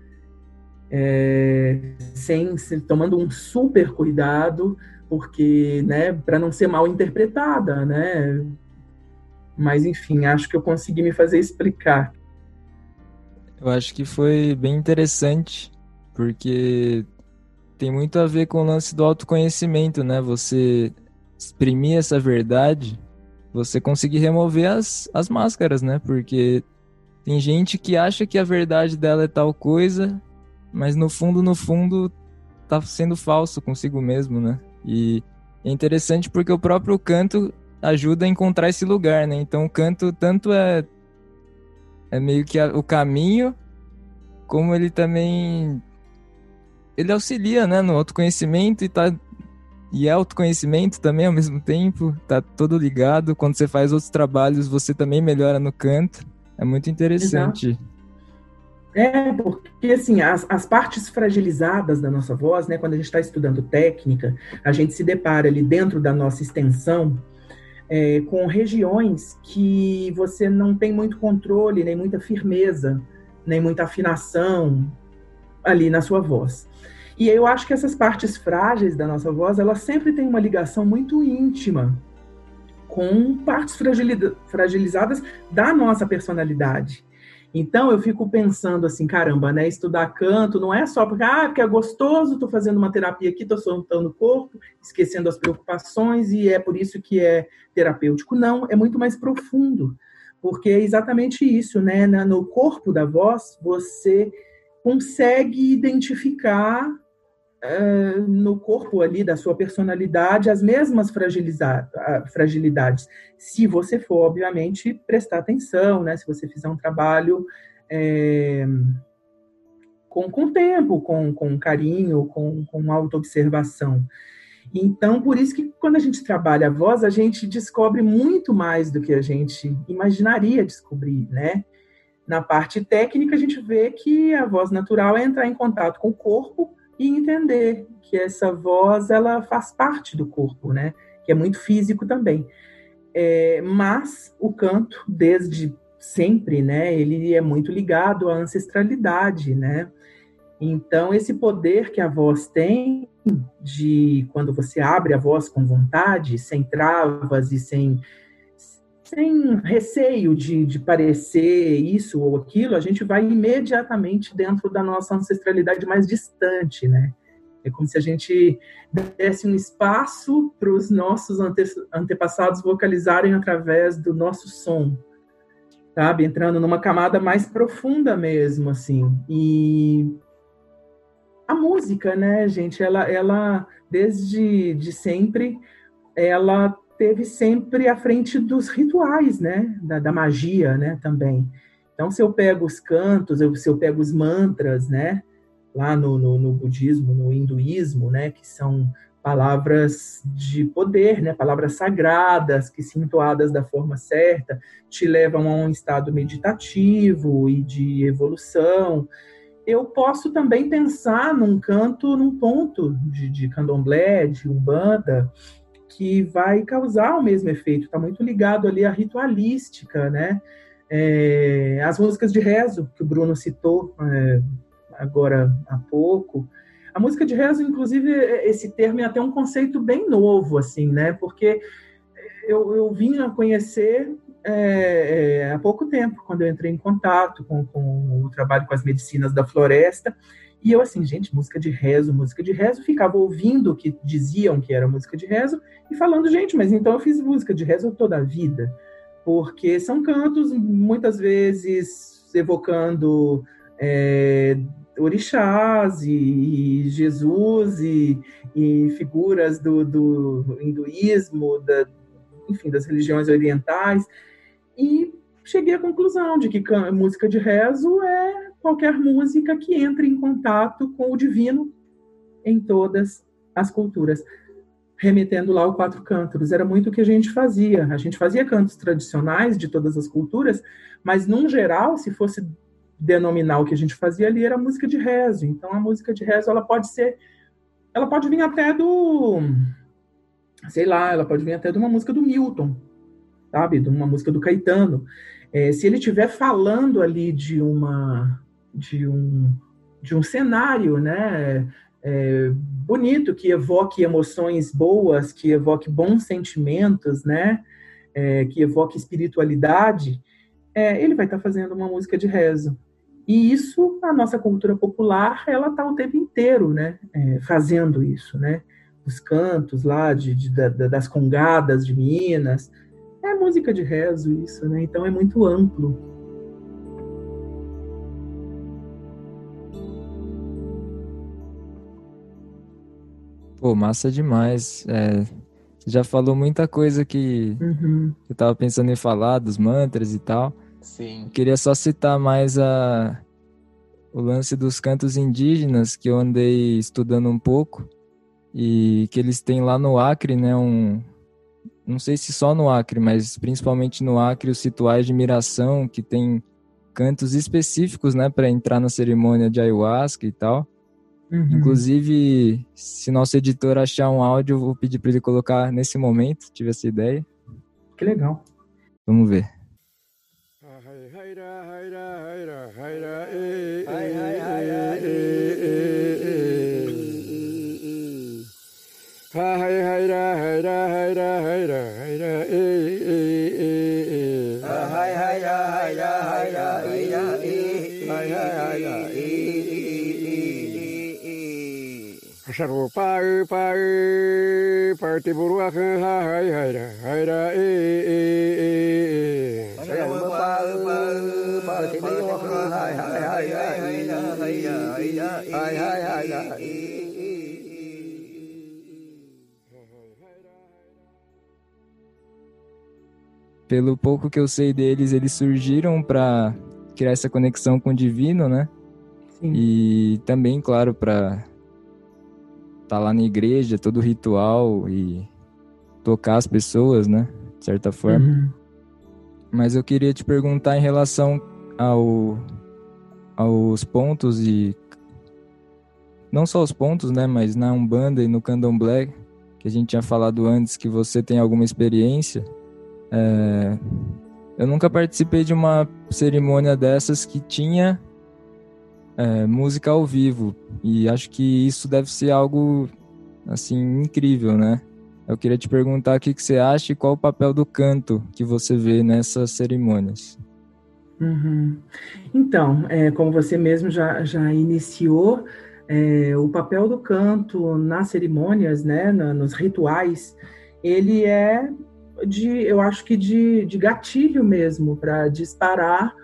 Tomando um super cuidado, porque, né, para não ser mal interpretada, né? Mas, enfim, acho que eu consegui me fazer explicar. Eu acho que foi bem interessante, porque tem muito a ver com o lance do autoconhecimento, né? Você exprimir essa verdade, você conseguir remover as máscaras, né? Porque tem gente que acha que a verdade dela é tal coisa, mas no fundo, tá sendo falso consigo mesmo, né? E é interessante porque o próprio canto ajuda a encontrar esse lugar, né? Então o canto tanto é meio que o caminho, como ele também ele auxilia, né, no autoconhecimento e é autoconhecimento também ao mesmo tempo, tá todo ligado. Quando você faz outros trabalhos, você também melhora no canto. É muito interessante. Porque assim, as partes fragilizadas da nossa voz, né, quando a gente está estudando técnica, a gente se depara ali dentro da nossa extensão com regiões que você não tem muito controle, nem muita firmeza, nem muita afinação ali na sua voz. E eu acho que essas partes frágeis da nossa voz, elas sempre têm uma ligação muito íntima com partes fragilizadas da nossa personalidade. Então eu fico pensando assim, caramba, né? Estudar canto não é só porque é gostoso, tô fazendo uma terapia aqui, tô soltando o corpo, esquecendo as preocupações e é por isso que é terapêutico. Não, é muito mais profundo, porque é exatamente isso, né? No corpo da voz, você consegue identificar no corpo ali da sua personalidade as mesmas fragilidades, se você for, obviamente, prestar atenção, né? Se você fizer um trabalho com tempo, com carinho, com autoobservação. Então, por isso que quando a gente trabalha a voz, a gente descobre muito mais do que a gente imaginaria descobrir, né? Na parte técnica, a gente vê que a voz natural é entrar em contato com o corpo e entender que essa voz ela faz parte do corpo, né? Que é muito físico também. Mas o canto, desde sempre, né? Ele é muito ligado à ancestralidade, né? Então, esse poder que a voz tem, de quando você abre a voz com vontade, sem travas e sem receio de parecer isso ou aquilo, a gente vai imediatamente dentro da nossa ancestralidade mais distante, né? É como se a gente desse um espaço para os nossos antepassados vocalizarem através do nosso som, sabe? Entrando numa camada mais profunda mesmo, assim. E a música, né, gente, ela desde de sempre, ela teve sempre à frente dos rituais, né, da magia, né, também. Então, se eu pego os cantos, se eu pego os mantras, né, lá no budismo, no hinduísmo, né, que são palavras de poder, né, palavras sagradas, que, se entoadas da forma certa, te levam a um estado meditativo e de evolução. Eu posso também pensar num canto, num ponto de candomblé, de umbanda, que vai causar o mesmo efeito. Está muito ligado ali à ritualística, né? As músicas de rezo, que o Bruno citou agora há pouco. A música de rezo, inclusive, esse termo é até um conceito bem novo, assim, né? Porque eu vim a conhecer há pouco tempo, quando eu entrei em contato com o trabalho com as medicinas da floresta, e eu assim, gente, música de rezo, ficava ouvindo o que diziam que era música de rezo, e falando, gente, mas então eu fiz música de rezo toda a vida, porque são cantos, muitas vezes, evocando orixás e Jesus e figuras do hinduísmo, enfim, das religiões orientais, e cheguei à conclusão de que música de rezo é qualquer música que entre em contato com o divino em todas as culturas. Remetendo lá ao Quatro Cântaros, era muito o que a gente fazia. A gente fazia cantos tradicionais de todas as culturas, mas, num geral, se fosse denominar o que a gente fazia ali, era música de rezo. Então, a música de rezo, ela pode vir até ela pode vir até de uma música do Milton, sabe? De uma música do Caetano. Se ele estiver falando ali de um cenário, né, bonito, que evoque emoções boas, que evoque bons sentimentos, né, que evoque espiritualidade, ele vai estar fazendo uma música de rezo. E isso, a nossa cultura popular, ela está o tempo inteiro, né, fazendo isso, né? Os cantos lá das congadas de Minas, é música de rezo isso, né? Então é muito amplo. Pô, massa demais. Você já falou muita coisa que eu tava pensando em falar, dos mantras e tal. Sim. Eu queria só citar mais o lance dos cantos indígenas, que eu andei estudando um pouco, e que eles têm lá no Acre, né, não sei se só no Acre, mas principalmente no Acre, os rituais de miração, que tem cantos específicos, né, para entrar na cerimônia de ayahuasca e tal. Inclusive, se nosso editor achar um áudio, eu vou pedir para ele colocar nesse momento. Tive essa ideia. Que legal. Vamos ver. Pelo pouco que eu sei deles, eles surgiram para criar essa conexão com o divino, né? Sim. E também, claro, para estar lá na igreja, todo o ritual e tocar as pessoas, né? De certa forma. Mas eu queria te perguntar em relação aos pontos e... Não só os pontos, né? Mas na Umbanda e no Candomblé, que a gente tinha falado antes, que você tem alguma experiência. Eu nunca participei de uma cerimônia dessas que tinha música ao vivo. E acho que isso deve ser algo, assim, incrível, né? Eu queria te perguntar o que você acha e qual o papel do canto que você vê nessas cerimônias. Uhum. Então, como você mesmo já iniciou, o papel do canto nas cerimônias, né, nos rituais, ele eu acho que de gatilho mesmo, para disparar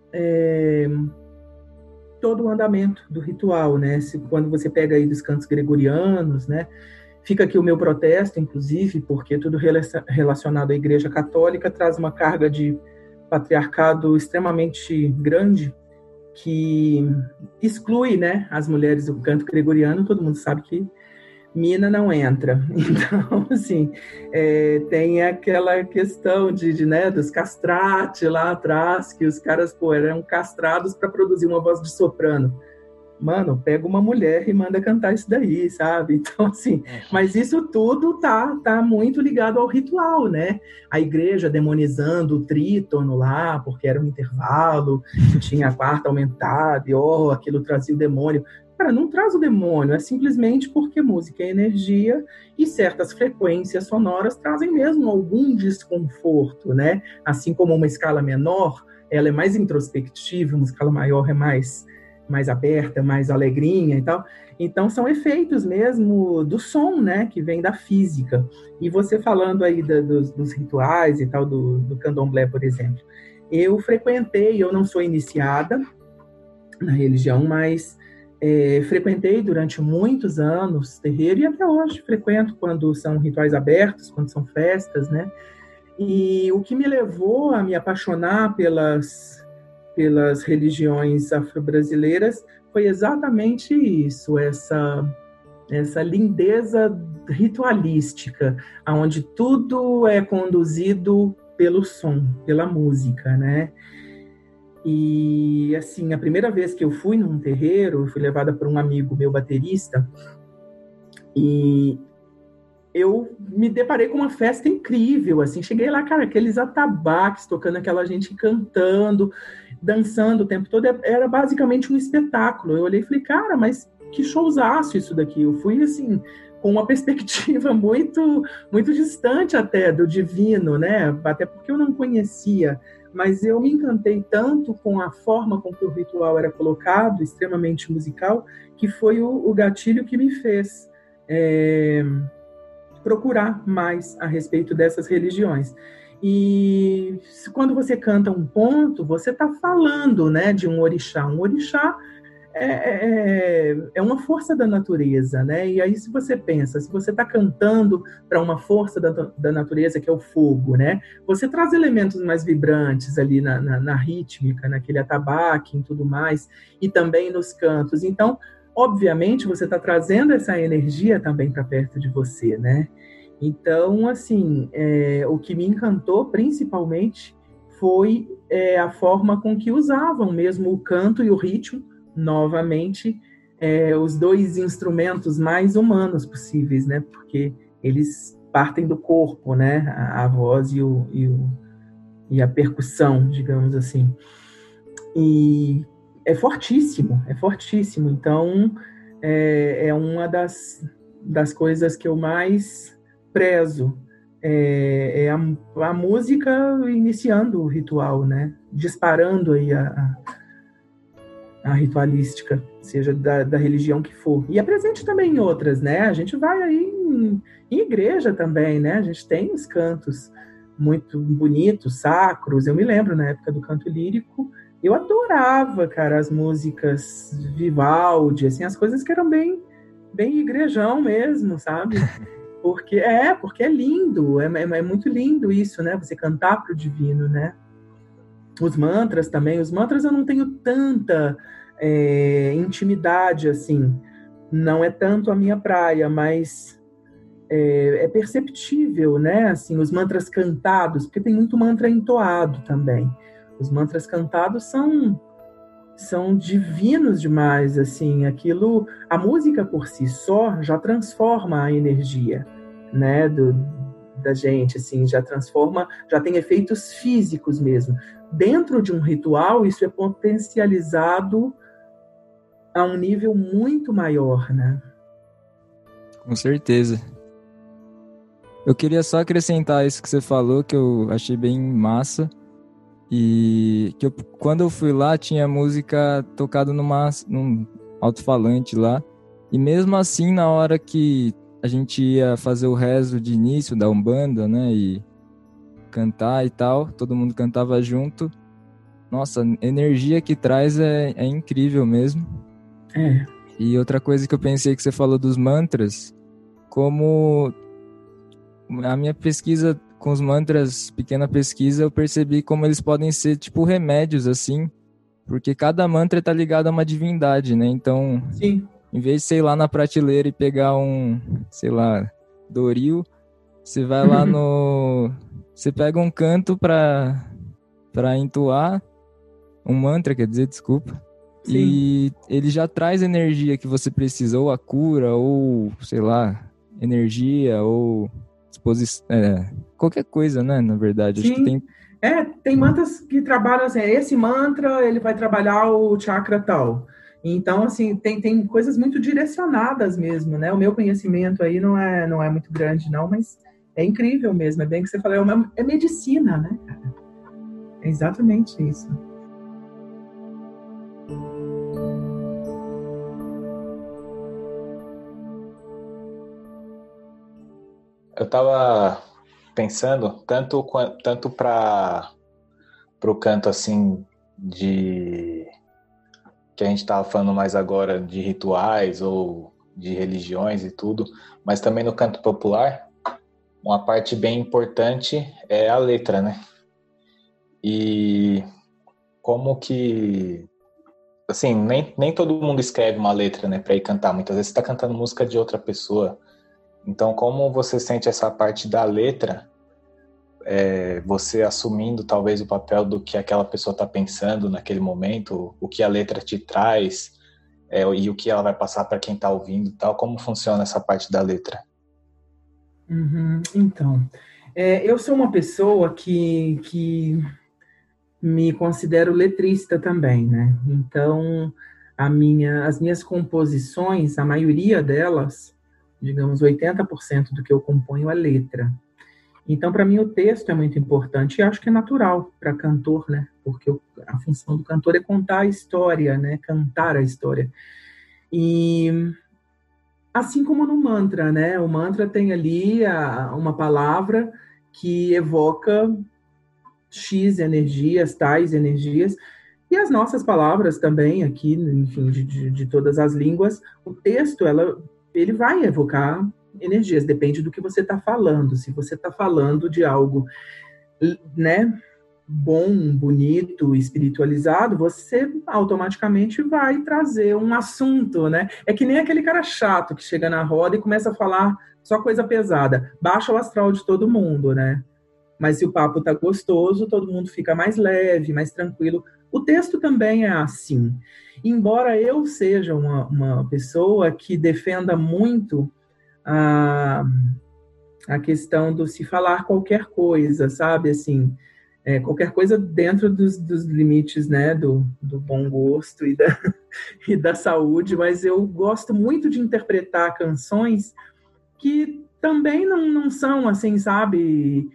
todo o andamento do ritual, né? Quando você pega aí dos cantos gregorianos, né? Fica aqui o meu protesto, inclusive, porque tudo relacionado à Igreja Católica traz uma carga de patriarcado extremamente grande, que exclui, né, as mulheres do canto gregoriano. Todo mundo sabe que mina não entra. Então, assim, tem aquela questão né, dos castrati lá atrás, que os caras, eram castrados para produzir uma voz de soprano. Mano, pega uma mulher e manda cantar isso daí, sabe? Então, assim, mas isso tudo tá muito ligado ao ritual, né? A igreja demonizando o trítono lá, porque era um intervalo, tinha a quarta aumentada, e aquilo trazia o demônio. Cara, não traz o demônio, é simplesmente porque música é energia e certas frequências sonoras trazem mesmo algum desconforto, né? Assim como uma escala menor, ela é mais introspectiva, uma escala maior é mais aberta, mais alegrinha e tal. Então, são efeitos mesmo do som, né, que vem da física. E você falando aí dos rituais e tal, do candomblé, por exemplo. Eu frequentei, eu não sou iniciada na religião, mas frequentei durante muitos anos terreiro, e até hoje frequento quando são rituais abertos, quando são festas, né? E o que me levou a me apaixonar pelas religiões afro-brasileiras foi exatamente isso, essa lindeza ritualística, onde tudo é conduzido pelo som, pela música, né? E, assim, a primeira vez que eu fui num terreiro, eu fui levada por um amigo meu, baterista, e eu me deparei com uma festa incrível, assim, cheguei lá, cara, aqueles atabaques tocando, aquela gente cantando, dançando o tempo todo, era basicamente um espetáculo. Eu olhei e falei, cara, mas que showzaço isso daqui. Eu fui, assim, com uma perspectiva muito, muito distante até do divino, né? Até porque eu não conhecia, mas eu me encantei tanto com a forma com que o ritual era colocado, extremamente musical, que foi o gatilho que me fez procurar mais a respeito dessas religiões. E quando você canta um ponto, você está falando, né, de um orixá. Um orixá é uma força da natureza, né? E aí, se você pensa, se você está cantando para uma força da natureza, que é o fogo, né? Você traz elementos mais vibrantes ali na rítmica, naquele atabaque e tudo mais, e também nos cantos. Então, obviamente, você está trazendo essa energia também para perto de você, né? Então, assim, o que me encantou, principalmente, foi a forma com que usavam mesmo o canto e o ritmo, novamente, os dois instrumentos mais humanos possíveis, né? Porque eles partem do corpo, né? A voz e a percussão, digamos assim. E é fortíssimo. Então, é uma das coisas que eu mais prezo. É a música iniciando o ritual, né? Disparando aí a ritualística, seja da religião que for. E é presente também em outras, né? A gente vai aí em igreja também, né? A gente tem os cantos muito bonitos, sacros. Eu me lembro, na época do canto lírico, eu adorava, cara, as músicas Vivaldi, assim, as coisas que eram bem igrejão mesmo, sabe? Porque é lindo, é muito lindo isso, né? Você cantar pro divino, né? Os mantras também. Os mantras eu não tenho tanta intimidade, assim. Não é tanto a minha praia, mas é perceptível, né? Assim, os mantras cantados, porque tem muito mantra entoado também. Os mantras cantados são divinos demais, assim. Aquilo, a música por si só já transforma a energia, né? Da gente, assim, já transforma, já tem efeitos físicos mesmo. Dentro de um ritual, isso é potencializado a um nível muito maior, né? Com certeza. Eu queria só acrescentar isso que você falou, que eu achei bem massa. E que quando eu fui lá, tinha música tocada num alto-falante lá. E mesmo assim, na hora que a gente ia fazer o rezo de início da Umbanda, né? E cantar e tal, todo mundo cantava junto. Nossa, a energia que traz é incrível mesmo. É. E outra coisa que eu pensei que você falou dos mantras, como a minha pesquisa com os mantras, pequena pesquisa, eu percebi como eles podem ser tipo remédios, assim, porque cada mantra tá ligado a uma divindade, né? Então, Sim. em vez de, sei lá, na prateleira e pegar um, sei lá, Doril, você vai lá no... Você pega um canto pra entoar, um mantra, quer dizer, desculpa, Sim. e ele já traz a energia que você precisa, ou a cura, ou, sei lá, energia, ou disposição, qualquer coisa, né, na verdade. Sim. Acho que tem... Tem mantras que trabalham assim, esse mantra, ele vai trabalhar o chakra tal. Então, assim, tem coisas muito direcionadas mesmo, né? O meu conhecimento aí não é muito grande, não, mas é incrível mesmo. É bem que você falou, é medicina, né, cara? É exatamente isso. Eu tava pensando tanto para o canto assim de que a gente estava falando mais agora de rituais ou de religiões e tudo, mas também no canto popular, uma parte bem importante é a letra, né? E como que assim, nem todo mundo escreve uma letra, né, para ir cantar. Muitas vezes você está cantando música de outra pessoa. Então, como você sente essa parte da letra, você assumindo talvez o papel do que aquela pessoa está pensando naquele momento, o que a letra te traz, e o que ela vai passar para quem está ouvindo, tal? Como funciona essa parte da letra? Então, eu sou uma pessoa que me considero letrista também, né? Então, as minhas composições, a maioria delas, digamos 80% do que eu componho é letra. Então, para mim, o texto é muito importante e acho que é natural para cantor, né? Porque a função do cantor é contar a história, né? Cantar a história. E assim como no mantra, né? O mantra tem ali uma palavra que evoca X energias, tais energias, e as nossas palavras também aqui, enfim, de todas as línguas, o texto, ele vai evocar energias, depende do que você está falando. Se você está falando de algo, né, bom, bonito, espiritualizado, você automaticamente vai trazer um assunto, né? É que nem aquele cara chato que chega na roda e começa a falar só coisa pesada. Baixa o astral de todo mundo, né? Mas se o papo tá gostoso, todo mundo fica mais leve, mais tranquilo. O texto também é assim. Embora eu seja uma pessoa que defenda muito a questão do se falar qualquer coisa, sabe? Assim, qualquer coisa dentro dos limites, né, do bom gosto e da saúde, mas eu gosto muito de interpretar canções que também não são, assim, sabe,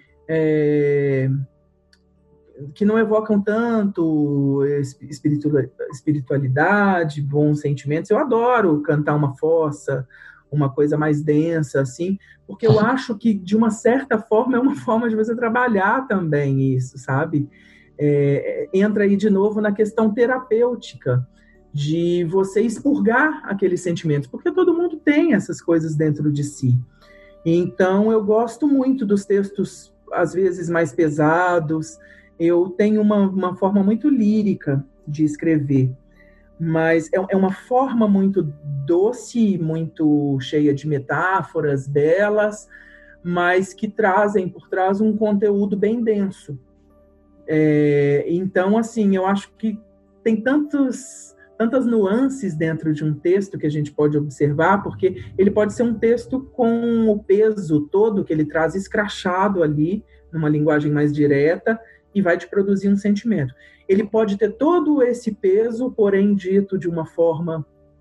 que não evocam tanto espiritualidade, bons sentimentos. Eu adoro cantar uma fossa, uma coisa mais densa, assim, porque eu acho que, de uma certa forma, é uma forma de você trabalhar também isso, sabe? Entra aí de novo na questão terapêutica, de você expurgar aqueles sentimentos, porque todo mundo tem essas coisas dentro de si. Então, eu gosto muito dos textos, às vezes, mais pesados. Eu tenho uma forma muito lírica de escrever, mas é uma forma muito doce, muito cheia de metáforas belas, mas que trazem por trás um conteúdo bem denso. Então, assim, eu acho que tem tantas nuances dentro de um texto que a gente pode observar, porque ele pode ser um texto com o peso todo que ele traz escrachado ali, numa linguagem mais direta, e vai te produzir um sentimento. Ele pode ter todo esse peso, porém dito de uma forma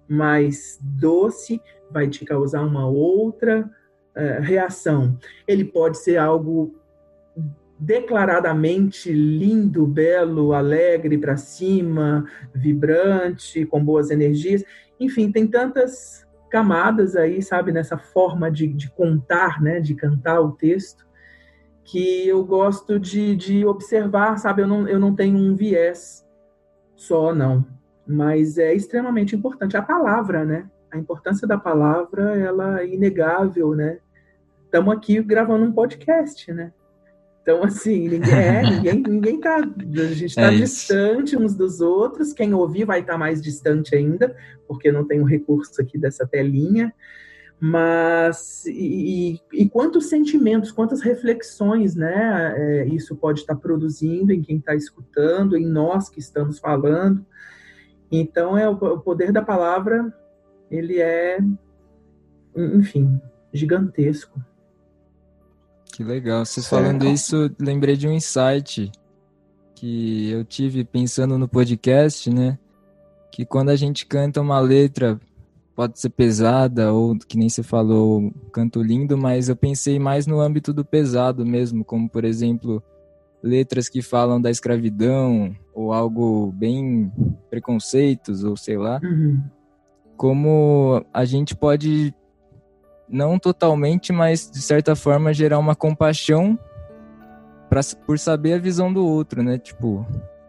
mais doce, vai te causar uma outra reação. Ele pode ser algo declaradamente lindo, belo, alegre, para cima, vibrante, com boas energias. Enfim, tem tantas camadas aí, sabe, nessa forma de contar, né, de cantar o texto, que eu gosto de observar, sabe, eu não tenho um viés só, não, mas é extremamente importante a palavra, né, a importância da palavra, ela é inegável, né, estamos aqui gravando um podcast, né, então, assim, ninguém tá, a gente está distante uns dos outros, quem ouvir vai estar mais distante ainda, porque não tem o recurso aqui dessa telinha, mas, e quantos sentimentos, quantas reflexões, né, isso pode estar produzindo em quem está escutando, em nós que estamos falando. Então, o poder da palavra, ele é, enfim, gigantesco. Que legal. Você falando isso, lembrei de um insight que eu tive pensando no podcast, né? Que quando a gente canta uma letra, pode ser pesada ou, que nem você falou, canto lindo, mas eu pensei mais no âmbito do pesado mesmo, como, por exemplo, letras que falam da escravidão ou algo bem preconceitos ou sei lá. Uhum. Como a gente pode... não totalmente, mas de certa forma gerar uma compaixão por saber a visão do outro, né? Tipo,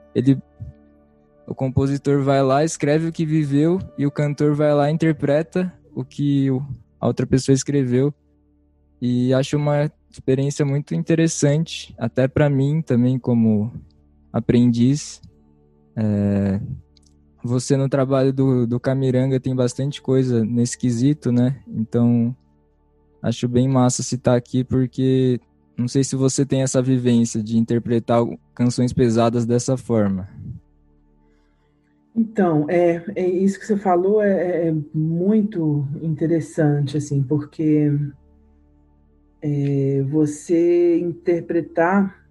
o compositor vai lá, escreve o que viveu e o cantor vai lá e interpreta o que a outra pessoa escreveu. E acho uma experiência muito interessante, até para mim também como aprendiz. Você no trabalho do Camiranga tem bastante coisa nesse quesito, né? Então... acho bem massa citar aqui, porque não sei se você tem essa vivência de interpretar canções pesadas dessa forma. Então, isso que você falou é muito interessante, assim, porque você interpretar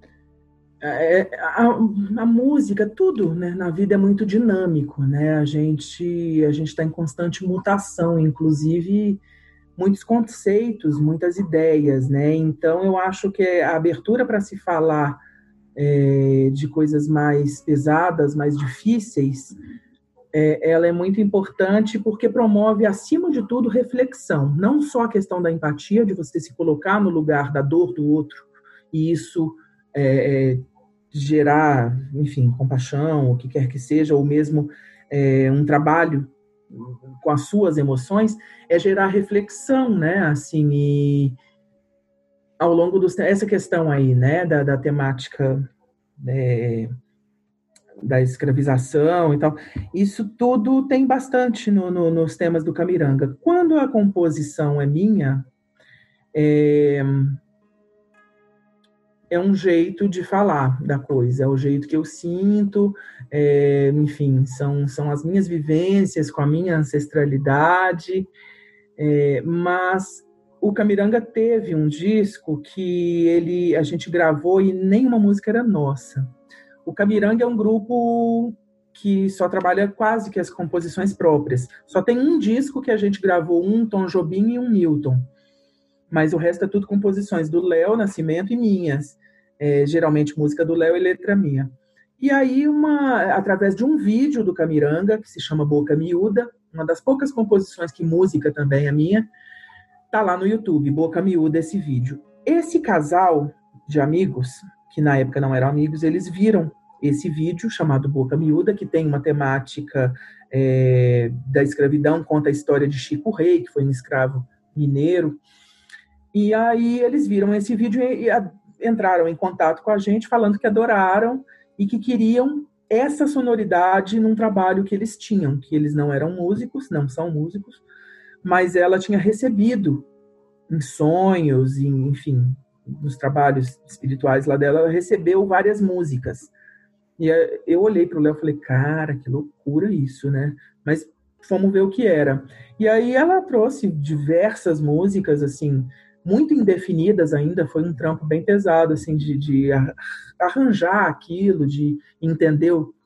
a música, tudo, né, na vida é muito dinâmico, né? A gente está em constante mutação, inclusive muitos conceitos, muitas ideias, né? Então, eu acho que a abertura para se falar de coisas mais pesadas, mais difíceis, ela é muito importante porque promove, acima de tudo, reflexão. Não só a questão da empatia, de você se colocar no lugar da dor do outro, e isso gerar, enfim, compaixão, o que quer que seja, ou mesmo um trabalho com as suas emoções, é gerar reflexão, né, assim, e ao longo essa questão aí, né, da temática da escravização e tal, isso tudo tem bastante nos temas do Camiranga. Quando a composição é minha, é um jeito de falar da coisa, é o jeito que eu sinto, enfim, são as minhas vivências com a minha ancestralidade, mas o Camiranga teve um disco que a gente gravou e nenhuma música era nossa. O Camiranga é um grupo que só trabalha quase que as composições próprias. Só tem um disco que a gente gravou, um Tom Jobim e um Milton. Mas o resto é tudo composições do Léo Nascimento e minhas. Geralmente música do Léo e letra minha. E aí, através de um vídeo do Camiranga, que se chama Boca Miúda, uma das poucas composições que música também é minha, tá lá no YouTube, Boca Miúda, esse vídeo. Esse casal de amigos, que na época não eram amigos, eles viram esse vídeo chamado Boca Miúda, que tem uma temática da escravidão, conta a história de Chico Rei, que foi um escravo mineiro. E aí eles viram esse vídeo e entraram em contato com a gente, falando que adoraram e que queriam essa sonoridade num trabalho que eles tinham, que eles não eram músicos, não são músicos, mas ela tinha recebido em sonhos, enfim, nos trabalhos espirituais lá dela, ela recebeu várias músicas. E eu olhei para o Léo e falei, cara, que loucura isso, né? Mas fomos ver o que era. E aí ela trouxe diversas músicas, assim, muito indefinidas ainda, foi um trampo bem pesado, assim, de arranjar aquilo, de entender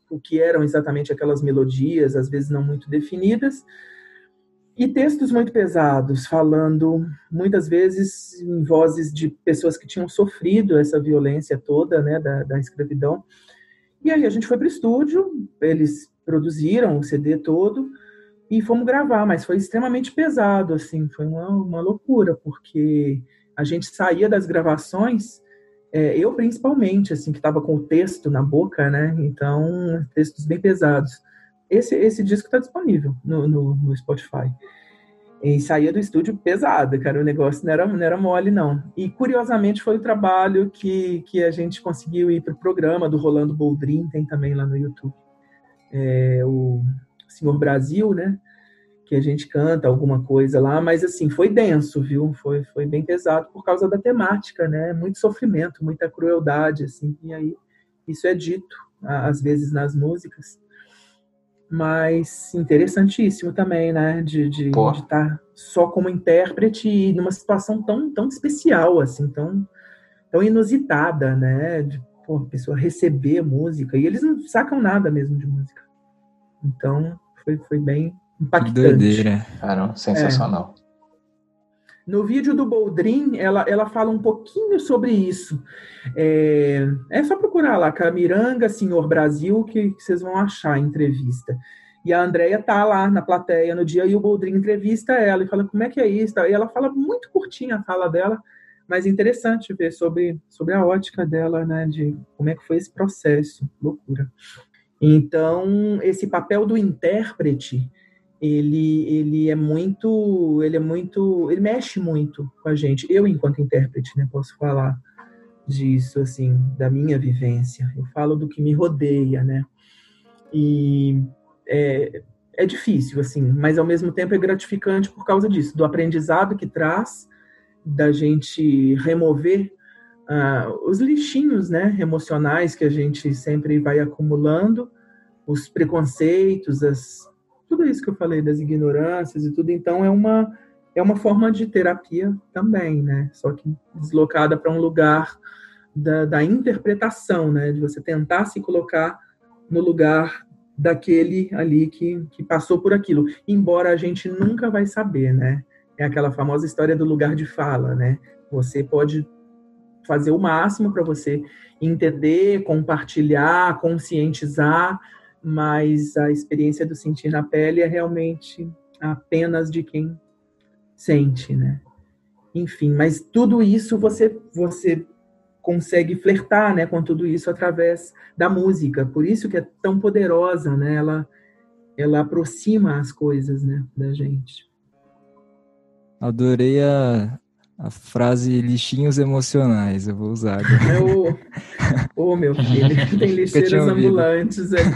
o que eram exatamente aquelas melodias, às vezes não muito definidas, e textos muito pesados, falando muitas vezes em vozes de pessoas que tinham sofrido essa violência toda, né, da escravidão. E aí a gente foi para o estúdio, eles produziram o CD todo e fomos gravar, mas foi extremamente pesado, assim, foi uma loucura, porque a gente saía das gravações, eu principalmente, assim, que estava com o texto na boca, né, então, textos bem pesados. Esse disco está disponível no Spotify. E saía do estúdio pesado, cara, o negócio não era mole, não. E, curiosamente, foi o trabalho que a gente conseguiu ir para o programa do Rolando Boldrin, tem também lá no YouTube. O Senhor Brasil, né? Que a gente canta alguma coisa lá, mas, assim, foi denso, viu? Foi bem pesado por causa da temática, né? Muito sofrimento, muita crueldade, assim, e aí isso é dito, às vezes, nas músicas. Mas interessantíssimo também, né? De estar só como intérprete e numa situação tão especial, assim, tão inusitada, né? De a pessoa receber música. E eles não sacam nada mesmo de música. Então, foi bem impactante. Que doideira. Caramba, sensacional. No vídeo do Boldrin, ela fala um pouquinho sobre isso. É só procurar lá, Camiranga, Senhor Brasil, que vocês vão achar a entrevista. E a Andrea tá lá na plateia no dia e o Boldrin entrevista ela e fala como é que é isso. E ela fala muito curtinha a fala dela, mas interessante ver sobre a ótica dela, né, de como é que foi esse processo. Loucura. Então, esse papel do intérprete, ele mexe muito com a gente. Eu, enquanto intérprete, né, posso falar disso, assim, da minha vivência. Eu falo do que me rodeia, né? E é difícil, assim, mas ao mesmo tempo é gratificante por causa disso, do aprendizado que traz, da gente remover os lixinhos, né, emocionais que a gente sempre vai acumulando, os preconceitos, tudo isso que eu falei das ignorâncias e tudo. Então é uma forma de terapia também, né? Só que deslocada para um lugar da interpretação, né? De você tentar se colocar no lugar daquele ali que passou por aquilo. Embora a gente nunca vai saber, né? É aquela famosa história do lugar de fala, né? Você pode fazer o máximo para você entender, compartilhar, conscientizar, mas a experiência do sentir na pele é realmente apenas de quem sente, né? Enfim, mas tudo isso você consegue flertar, né, com tudo isso através da música. Por isso que é tão poderosa, né? Ela aproxima as coisas, né, da gente. Adorei a frase lixinhos emocionais, eu vou usar agora. Meu filho, tem lixeiras ambulantes aí.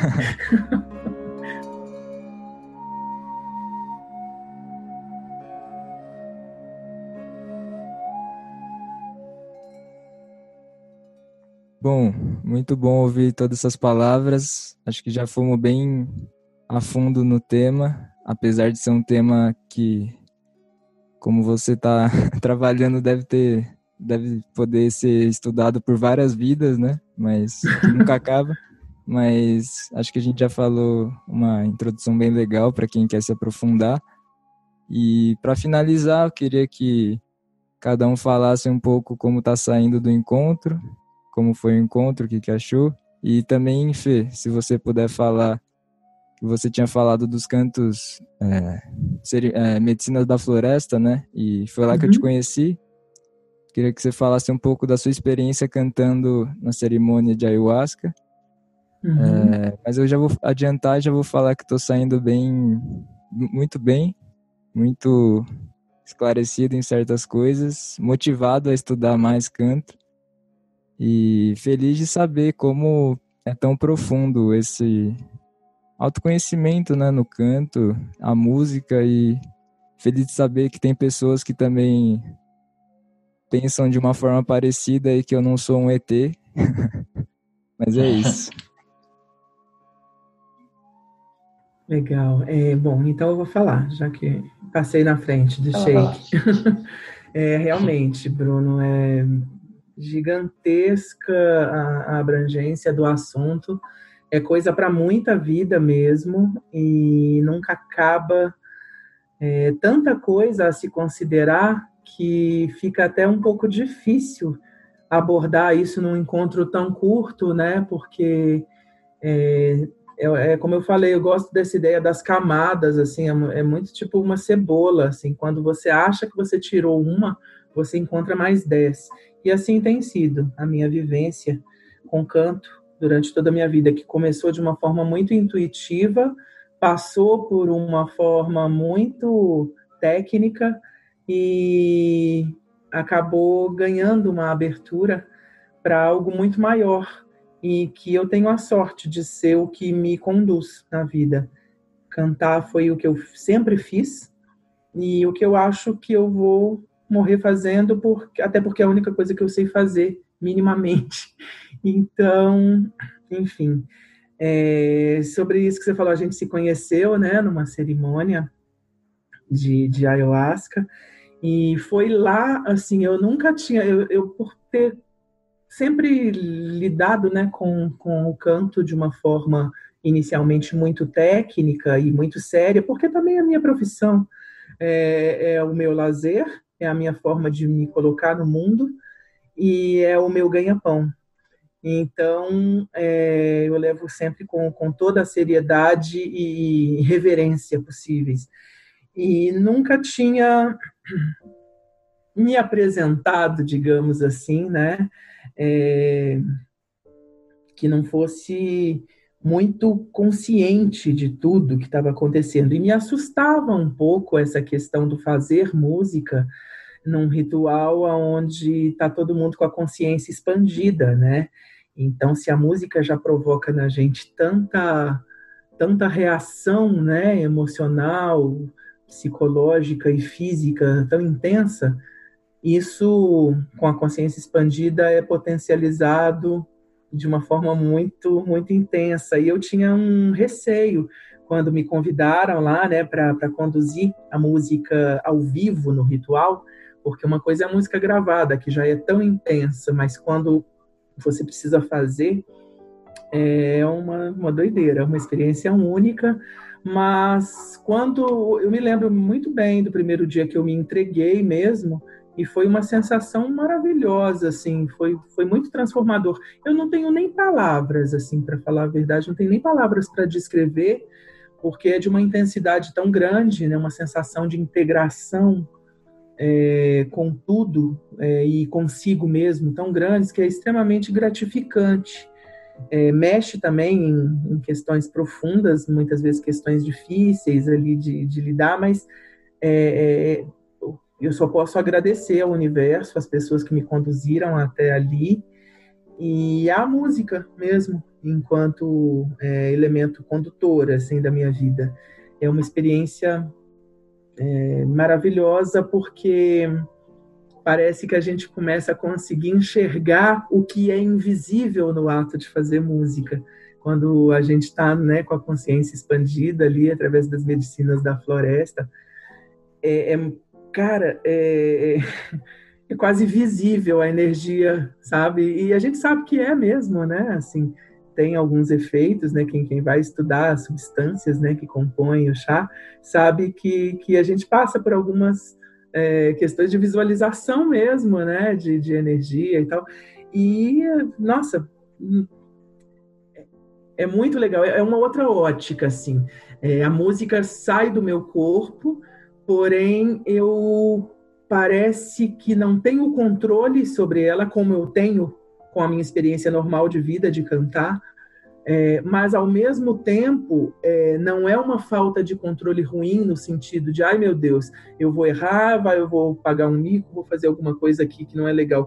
Bom, muito bom ouvir todas essas palavras. Acho que já fomos bem a fundo no tema, apesar de ser um tema que, como você está trabalhando, deve poder ser estudado por várias vidas, né? Mas que nunca acaba. Mas acho que a gente já falou uma introdução bem legal para quem quer se aprofundar. E para finalizar, eu queria que cada um falasse um pouco como está saindo do encontro, como foi o encontro, o que achou. E também, Fê, se você puder falar, que você tinha falado dos cantos Medicinas da Floresta, né? E foi lá que eu te conheci. Queria que você falasse um pouco da sua experiência cantando na cerimônia de ayahuasca. Mas eu já vou adiantar, já vou falar que estou saindo muito esclarecido em certas coisas, motivado a estudar mais canto e feliz de saber como é tão profundo esse autoconhecimento, né, no canto, a música, e feliz de saber que tem pessoas que também pensam de uma forma parecida e que eu não sou um ET. Mas é isso. Legal. Bom, então eu vou falar, já que passei na frente do Sheik. Realmente, Bruno, é gigantesca a abrangência do assunto. é coisa para muita vida mesmo, e nunca acaba. Tanta coisa a se considerar que fica até um pouco difícil abordar isso num encontro tão curto, né? Porque como eu falei, eu gosto dessa ideia das camadas, assim, é muito tipo uma cebola, assim, quando você acha que você tirou uma, você encontra mais 10. E assim tem sido a minha vivência com canto durante toda a minha vida, que começou de uma forma muito intuitiva, passou por uma forma muito técnica e acabou ganhando uma abertura para algo muito maior, e que eu tenho a sorte de ser o que me conduz na vida. Cantar foi o que eu sempre fiz e o que eu acho que eu vou morrer fazendo, até porque é a única coisa que eu sei fazer minimamente. Então, enfim, sobre isso que você falou, a gente se conheceu, né, numa cerimônia de ayahuasca, e foi lá, assim, eu nunca tinha, eu por ter sempre lidado, né, com o canto de uma forma inicialmente muito técnica e muito séria, porque também é a minha profissão, é o meu lazer, é a minha forma de me colocar no mundo e é o meu ganha-pão. Então, eu levo sempre com toda a seriedade e reverência possíveis. E nunca tinha me apresentado, digamos assim, né? Que não fosse muito consciente de tudo que estava acontecendo. E me assustava um pouco essa questão do fazer música num ritual onde está todo mundo com a consciência expandida, né? Então, se a música já provoca na gente tanta reação, né, emocional, psicológica e física tão intensa, isso, com a consciência expandida, é potencializado de uma forma muito, muito intensa. E eu tinha um receio quando me convidaram lá, né, para conduzir a música ao vivo no ritual, porque uma coisa é a música gravada, que já é tão intensa, mas quando você precisa fazer, é uma doideira, uma experiência única. Mas quando eu me lembro muito bem do primeiro dia que eu me entreguei mesmo, e foi uma sensação maravilhosa, assim, foi muito transformador. Eu não tenho nem palavras, assim, para falar a verdade, não tenho nem palavras para descrever, porque é de uma intensidade tão grande, né, uma sensação de integração com tudo e consigo mesmo tão grandes, que é extremamente gratificante. Mexe também em questões profundas, muitas vezes questões difíceis ali de lidar, mas eu só posso agradecer ao universo, às pessoas que me conduziram até ali, e a música mesmo, enquanto elemento condutor assim, da minha vida. É uma experiência maravilhosa, porque parece que a gente começa a conseguir enxergar o que é invisível no ato de fazer música. Quando a gente está, né, com a consciência expandida ali, através das medicinas da floresta, cara, é quase visível a energia, sabe? E a gente sabe que é mesmo, né? Assim, tem alguns efeitos, né? Quem vai estudar as substâncias, né, que compõem o chá, sabe que a gente passa por algumas questões de visualização mesmo, né? De energia e tal. E, nossa, é muito legal. É uma outra ótica, assim. A música sai do meu corpo, porém eu parece que não tenho controle sobre ela como eu tenho com a minha experiência normal de vida, de cantar, mas ao mesmo tempo não é uma falta de controle ruim no sentido de, ai meu Deus, eu vou errar, eu vou pagar um mico, vou fazer alguma coisa aqui que não é legal.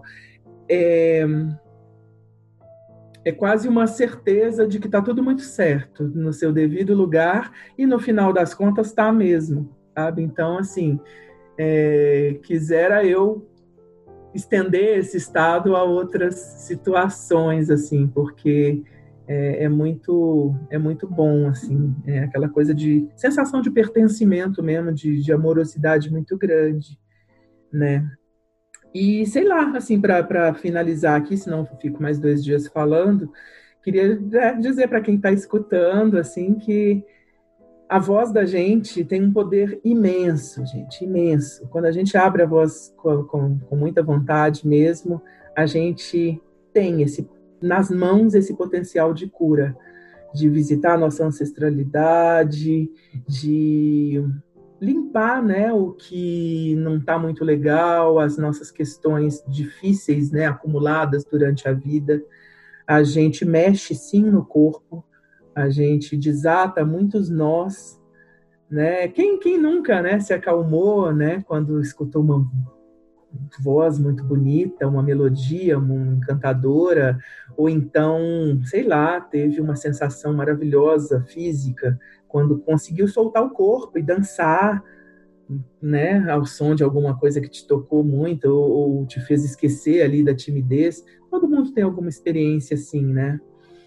É quase uma certeza de que está tudo muito certo, no seu devido lugar, e no final das contas está mesmo, sabe? Então, assim, quisera eu estender esse estado a outras situações, assim, porque é muito bom, assim, aquela coisa de sensação de pertencimento mesmo, de amorosidade muito grande, né? E sei lá, assim, para finalizar aqui, senão eu fico mais 2 dias falando, queria dizer para quem está escutando, assim, que a voz da gente tem um poder imenso, gente, imenso. Quando a gente abre a voz com muita vontade mesmo, a gente tem nas mãos esse potencial de cura, de visitar a nossa ancestralidade, de limpar, né, o que não está muito legal, as nossas questões difíceis, né, acumuladas durante a vida. A gente mexe, sim, no corpo, a gente desata muitos nós, né? Quem nunca, né, se acalmou, né, quando escutou uma voz muito bonita, uma melodia encantadora, ou então, sei lá, teve uma sensação maravilhosa física quando conseguiu soltar o corpo e dançar, né, ao som de alguma coisa que te tocou muito ou te fez esquecer ali da timidez. Todo mundo tem alguma experiência assim, né?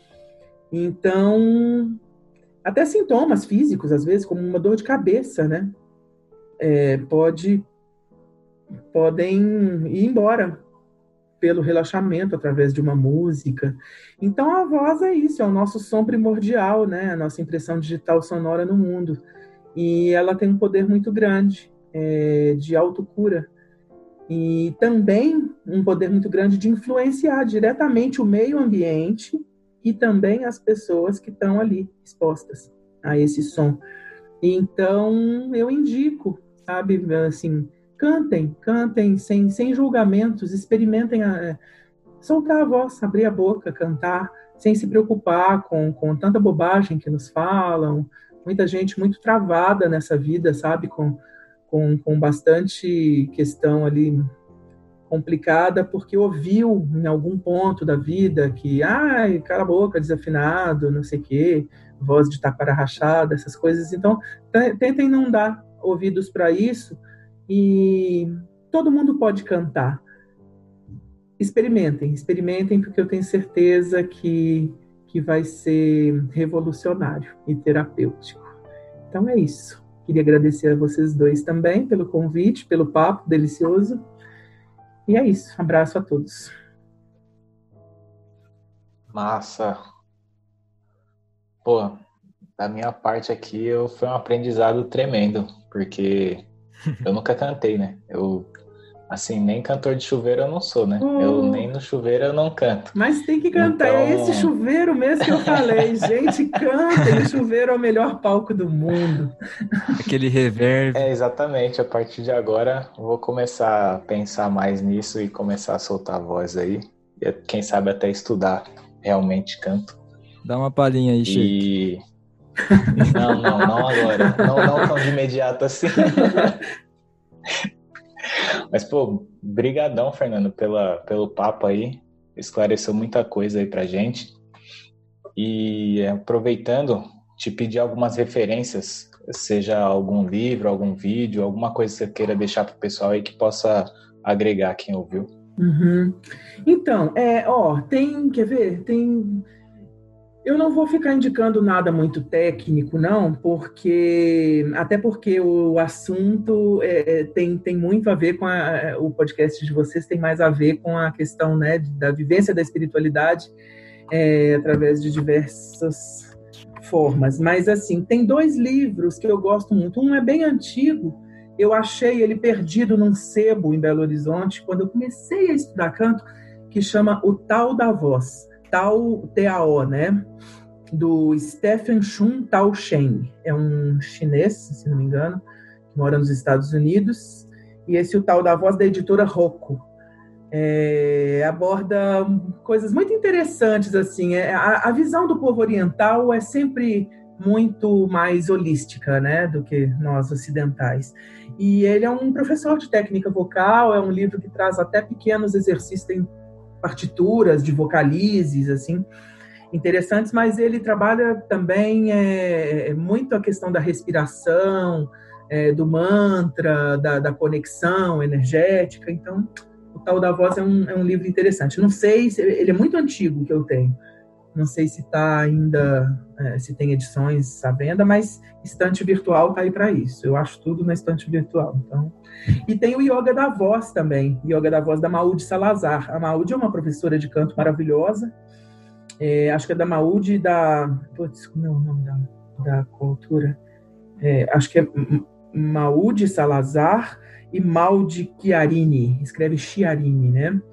Então, até sintomas físicos, às vezes, como uma dor de cabeça, né? Podem ir embora pelo relaxamento através de uma música. Então, a voz é isso, é o nosso som primordial, né? A nossa impressão digital sonora no mundo. E ela tem um poder muito grande de autocura. E também um poder muito grande de influenciar diretamente o meio ambiente e também as pessoas que estão ali expostas a esse som. Então, eu indico, sabe, assim, cantem sem julgamentos, experimentem soltar a voz, abrir a boca, cantar, sem se preocupar com tanta bobagem que nos falam. Muita gente muito travada nessa vida, sabe, com bastante questão ali complicada, porque ouviu em algum ponto da vida que, cala a boca, desafinado, não sei o quê, voz de taquara rachada, essas coisas. Então, tentem não dar ouvidos para isso, e todo mundo pode cantar. Experimentem, porque eu tenho certeza que vai ser revolucionário e terapêutico. Então é isso. Queria agradecer a vocês dois também pelo convite, pelo papo delicioso. E é isso. Abraço a todos. Massa. Pô, da minha parte aqui foi um aprendizado tremendo, porque eu nunca cantei, né? Assim, nem cantor de chuveiro eu não sou, né? Eu nem no chuveiro eu não canto. Mas tem que cantar, então... é esse chuveiro mesmo que eu falei. Gente, canta, o chuveiro é o melhor palco do mundo. Aquele reverb. Exatamente, a partir de agora eu vou começar a pensar mais nisso e começar a soltar a voz aí. E quem sabe até estudar realmente canto. Dá uma palhinha aí, Sheik. Não agora. Não tão de imediato assim. Mas, pô, brigadão, Fernando, pelo papo aí. Esclareceu muita coisa aí pra gente. E aproveitando, te pedir algumas referências, seja algum livro, algum vídeo, alguma coisa que você queira deixar pro pessoal aí que possa agregar quem ouviu. Uhum. Então, quer ver? Eu não vou ficar indicando nada muito técnico, não, até porque o assunto tem muito a ver com o podcast de vocês, tem mais a ver com a questão, né, da vivência da espiritualidade através de diversas formas. Mas, assim, tem 2 livros que eu gosto muito. Um é bem antigo, eu achei ele perdido num sebo em Belo Horizonte, quando eu comecei a estudar canto, que chama O Tao da Voz. Tao, T-A-O, né? Do Stephen Shun Tao Shen. É um chinês, se não me engano, que mora nos Estados Unidos. E esse O Tao da Voz, da editora Rocco. Aborda coisas muito interessantes, assim. A visão do povo oriental é sempre muito mais holística, né, do que nós ocidentais. E ele é um professor de técnica vocal, é um livro que traz até pequenos exercícios, tem partituras de vocalizes, assim, interessantes, mas ele trabalha também muito a questão da respiração, do mantra, da conexão energética. Então, o Tao da Voz é um livro interessante. Não sei, ele é muito antigo que eu tenho. Não sei se está ainda, se tem edições à venda, mas estante virtual está aí para isso. Eu acho tudo na estante virtual. Então. E tem o Yoga da Voz também, Yoga da Voz da Maúde Salazar. A Maúde é uma professora de canto maravilhosa. Acho que é da Maúde e da... Putz, como é o nome da coautora? Acho que é Maúde Salazar e Maldi Chiarini. Escreve Chiarini, né?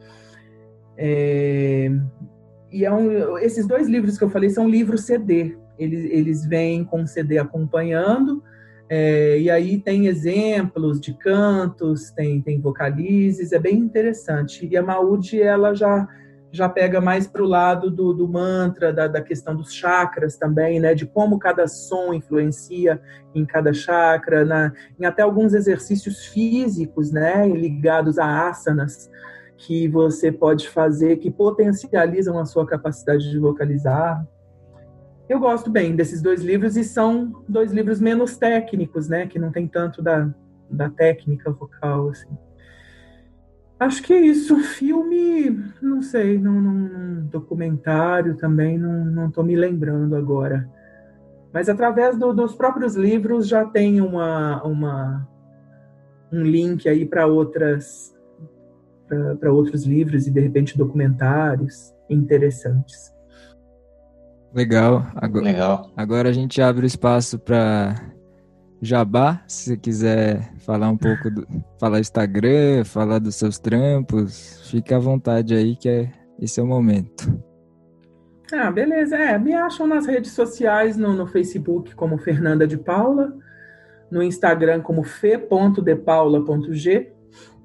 Esses 2 livros que eu falei são livros CD. Eles vêm com CD acompanhando, e aí tem exemplos de cantos, tem vocalizes, é bem interessante. E a Maúde, ela já pega mais para o lado do mantra, da questão dos chakras também, né? De como cada som influencia em cada chakra, em até alguns exercícios físicos, né? Ligados a asanas, que você pode fazer, que potencializam a sua capacidade de vocalizar. Eu gosto bem desses 2 livros, e são 2 livros menos técnicos, né? Que não tem tanto da técnica vocal, assim. Acho que é isso. Filme, não sei, documentário também, não estou me lembrando agora. Mas através dos próprios livros já tem um link aí para outros livros e, de repente, documentários interessantes. Legal. Legal. Agora a gente abre o espaço para jabá, se você quiser falar um pouco, falar Instagram, falar dos seus trampos, fique à vontade aí, que esse é o momento. Beleza. Me acham nas redes sociais, no Facebook como Fernanda de Paula, no Instagram como fe.depaula.g.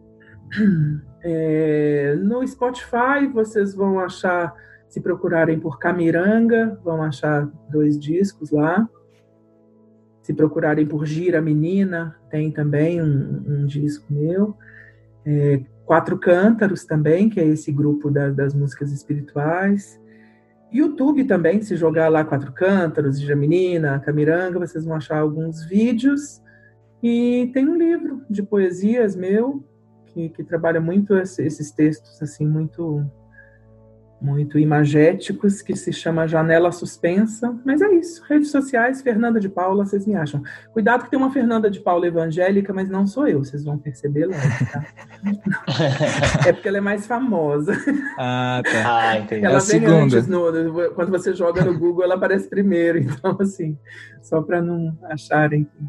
No Spotify vocês vão achar, se procurarem por Camiranga, vão achar 2 discos lá. Se procurarem por Gira Menina, tem também um disco meu. 4 Cântaros também, que é esse grupo das músicas espirituais. YouTube também, se jogar lá 4 Cântaros, Gira Menina, Camiranga, vocês vão achar alguns vídeos. E tem um livro de poesias meu, que trabalha muito esses textos assim, muito, muito imagéticos, que se chama Janela Suspensa. Mas é isso, redes sociais, Fernanda de Paula, vocês me acham. Cuidado que tem uma Fernanda de Paula evangélica, mas não sou eu, vocês vão perceber logo, tá? É porque ela é mais famosa. Ah, tá. Entendi. Ela vem segunda. antes, quando você joga no Google, ela aparece primeiro. Então, assim, só para não acharem que...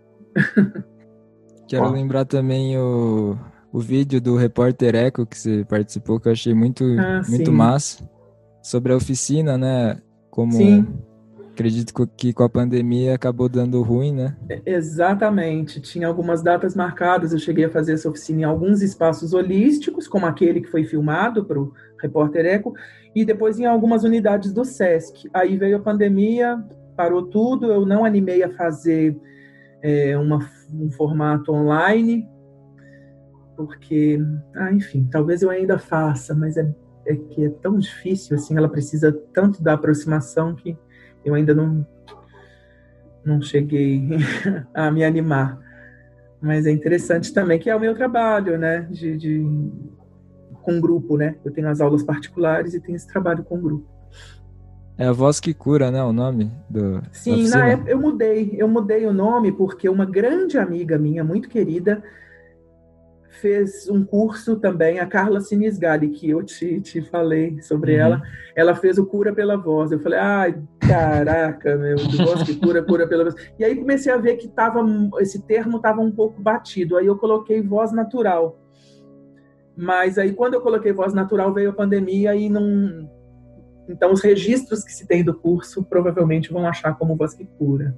Quero lembrar também o vídeo do Repórter Eco que você participou, que eu achei muito massa, sobre a oficina, né? Como acredito que com a pandemia acabou dando ruim, né? Exatamente. Tinha algumas datas marcadas, eu cheguei a fazer essa oficina em alguns espaços holísticos, como aquele que foi filmado para o Repórter Eco, e depois em algumas unidades do SESC. Aí veio a pandemia, parou tudo, eu não animei a fazer um formato online, porque, enfim, talvez eu ainda faça, mas é que é tão difícil, assim, ela precisa tanto da aproximação que eu ainda não cheguei a me animar. Mas é interessante também, que é o meu trabalho, né, com grupo, né? Eu tenho as aulas particulares e tenho esse trabalho com grupo. É A Voz que Cura, né, o nome da Sim, oficina? na época eu mudei o nome porque uma grande amiga minha, muito querida, fez um curso também, a Carla Sinisgali, que eu te falei sobre ela fez o Cura pela Voz. Eu falei, caraca, meu, Voz que cura pela voz. E aí comecei a ver que esse termo estava um pouco batido, aí eu coloquei voz natural. Mas aí quando eu coloquei voz natural veio a pandemia e não... Então os registros que se tem do curso provavelmente vão achar como Voz que Cura.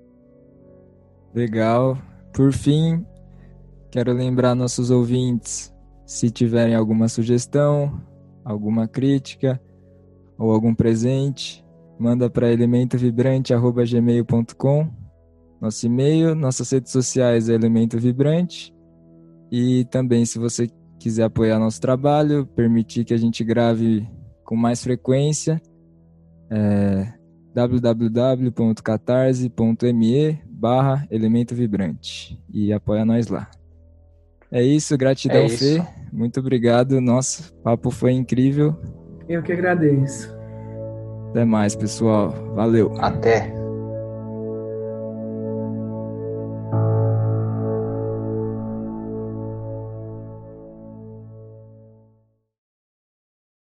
Legal. Por fim, quero lembrar nossos ouvintes, se tiverem alguma sugestão, alguma crítica ou algum presente, manda para elementovibrante@gmail.com. Nosso e-mail, nossas redes sociais é Elemento Vibrante. E também, se você quiser apoiar nosso trabalho, permitir que a gente grave com mais frequência, www.catarse.me/Elemento Vibrante e apoia nós lá. É isso, gratidão, Fê. Muito obrigado. Nossa, o papo foi incrível. Eu que agradeço. Até mais, pessoal. Valeu. Até.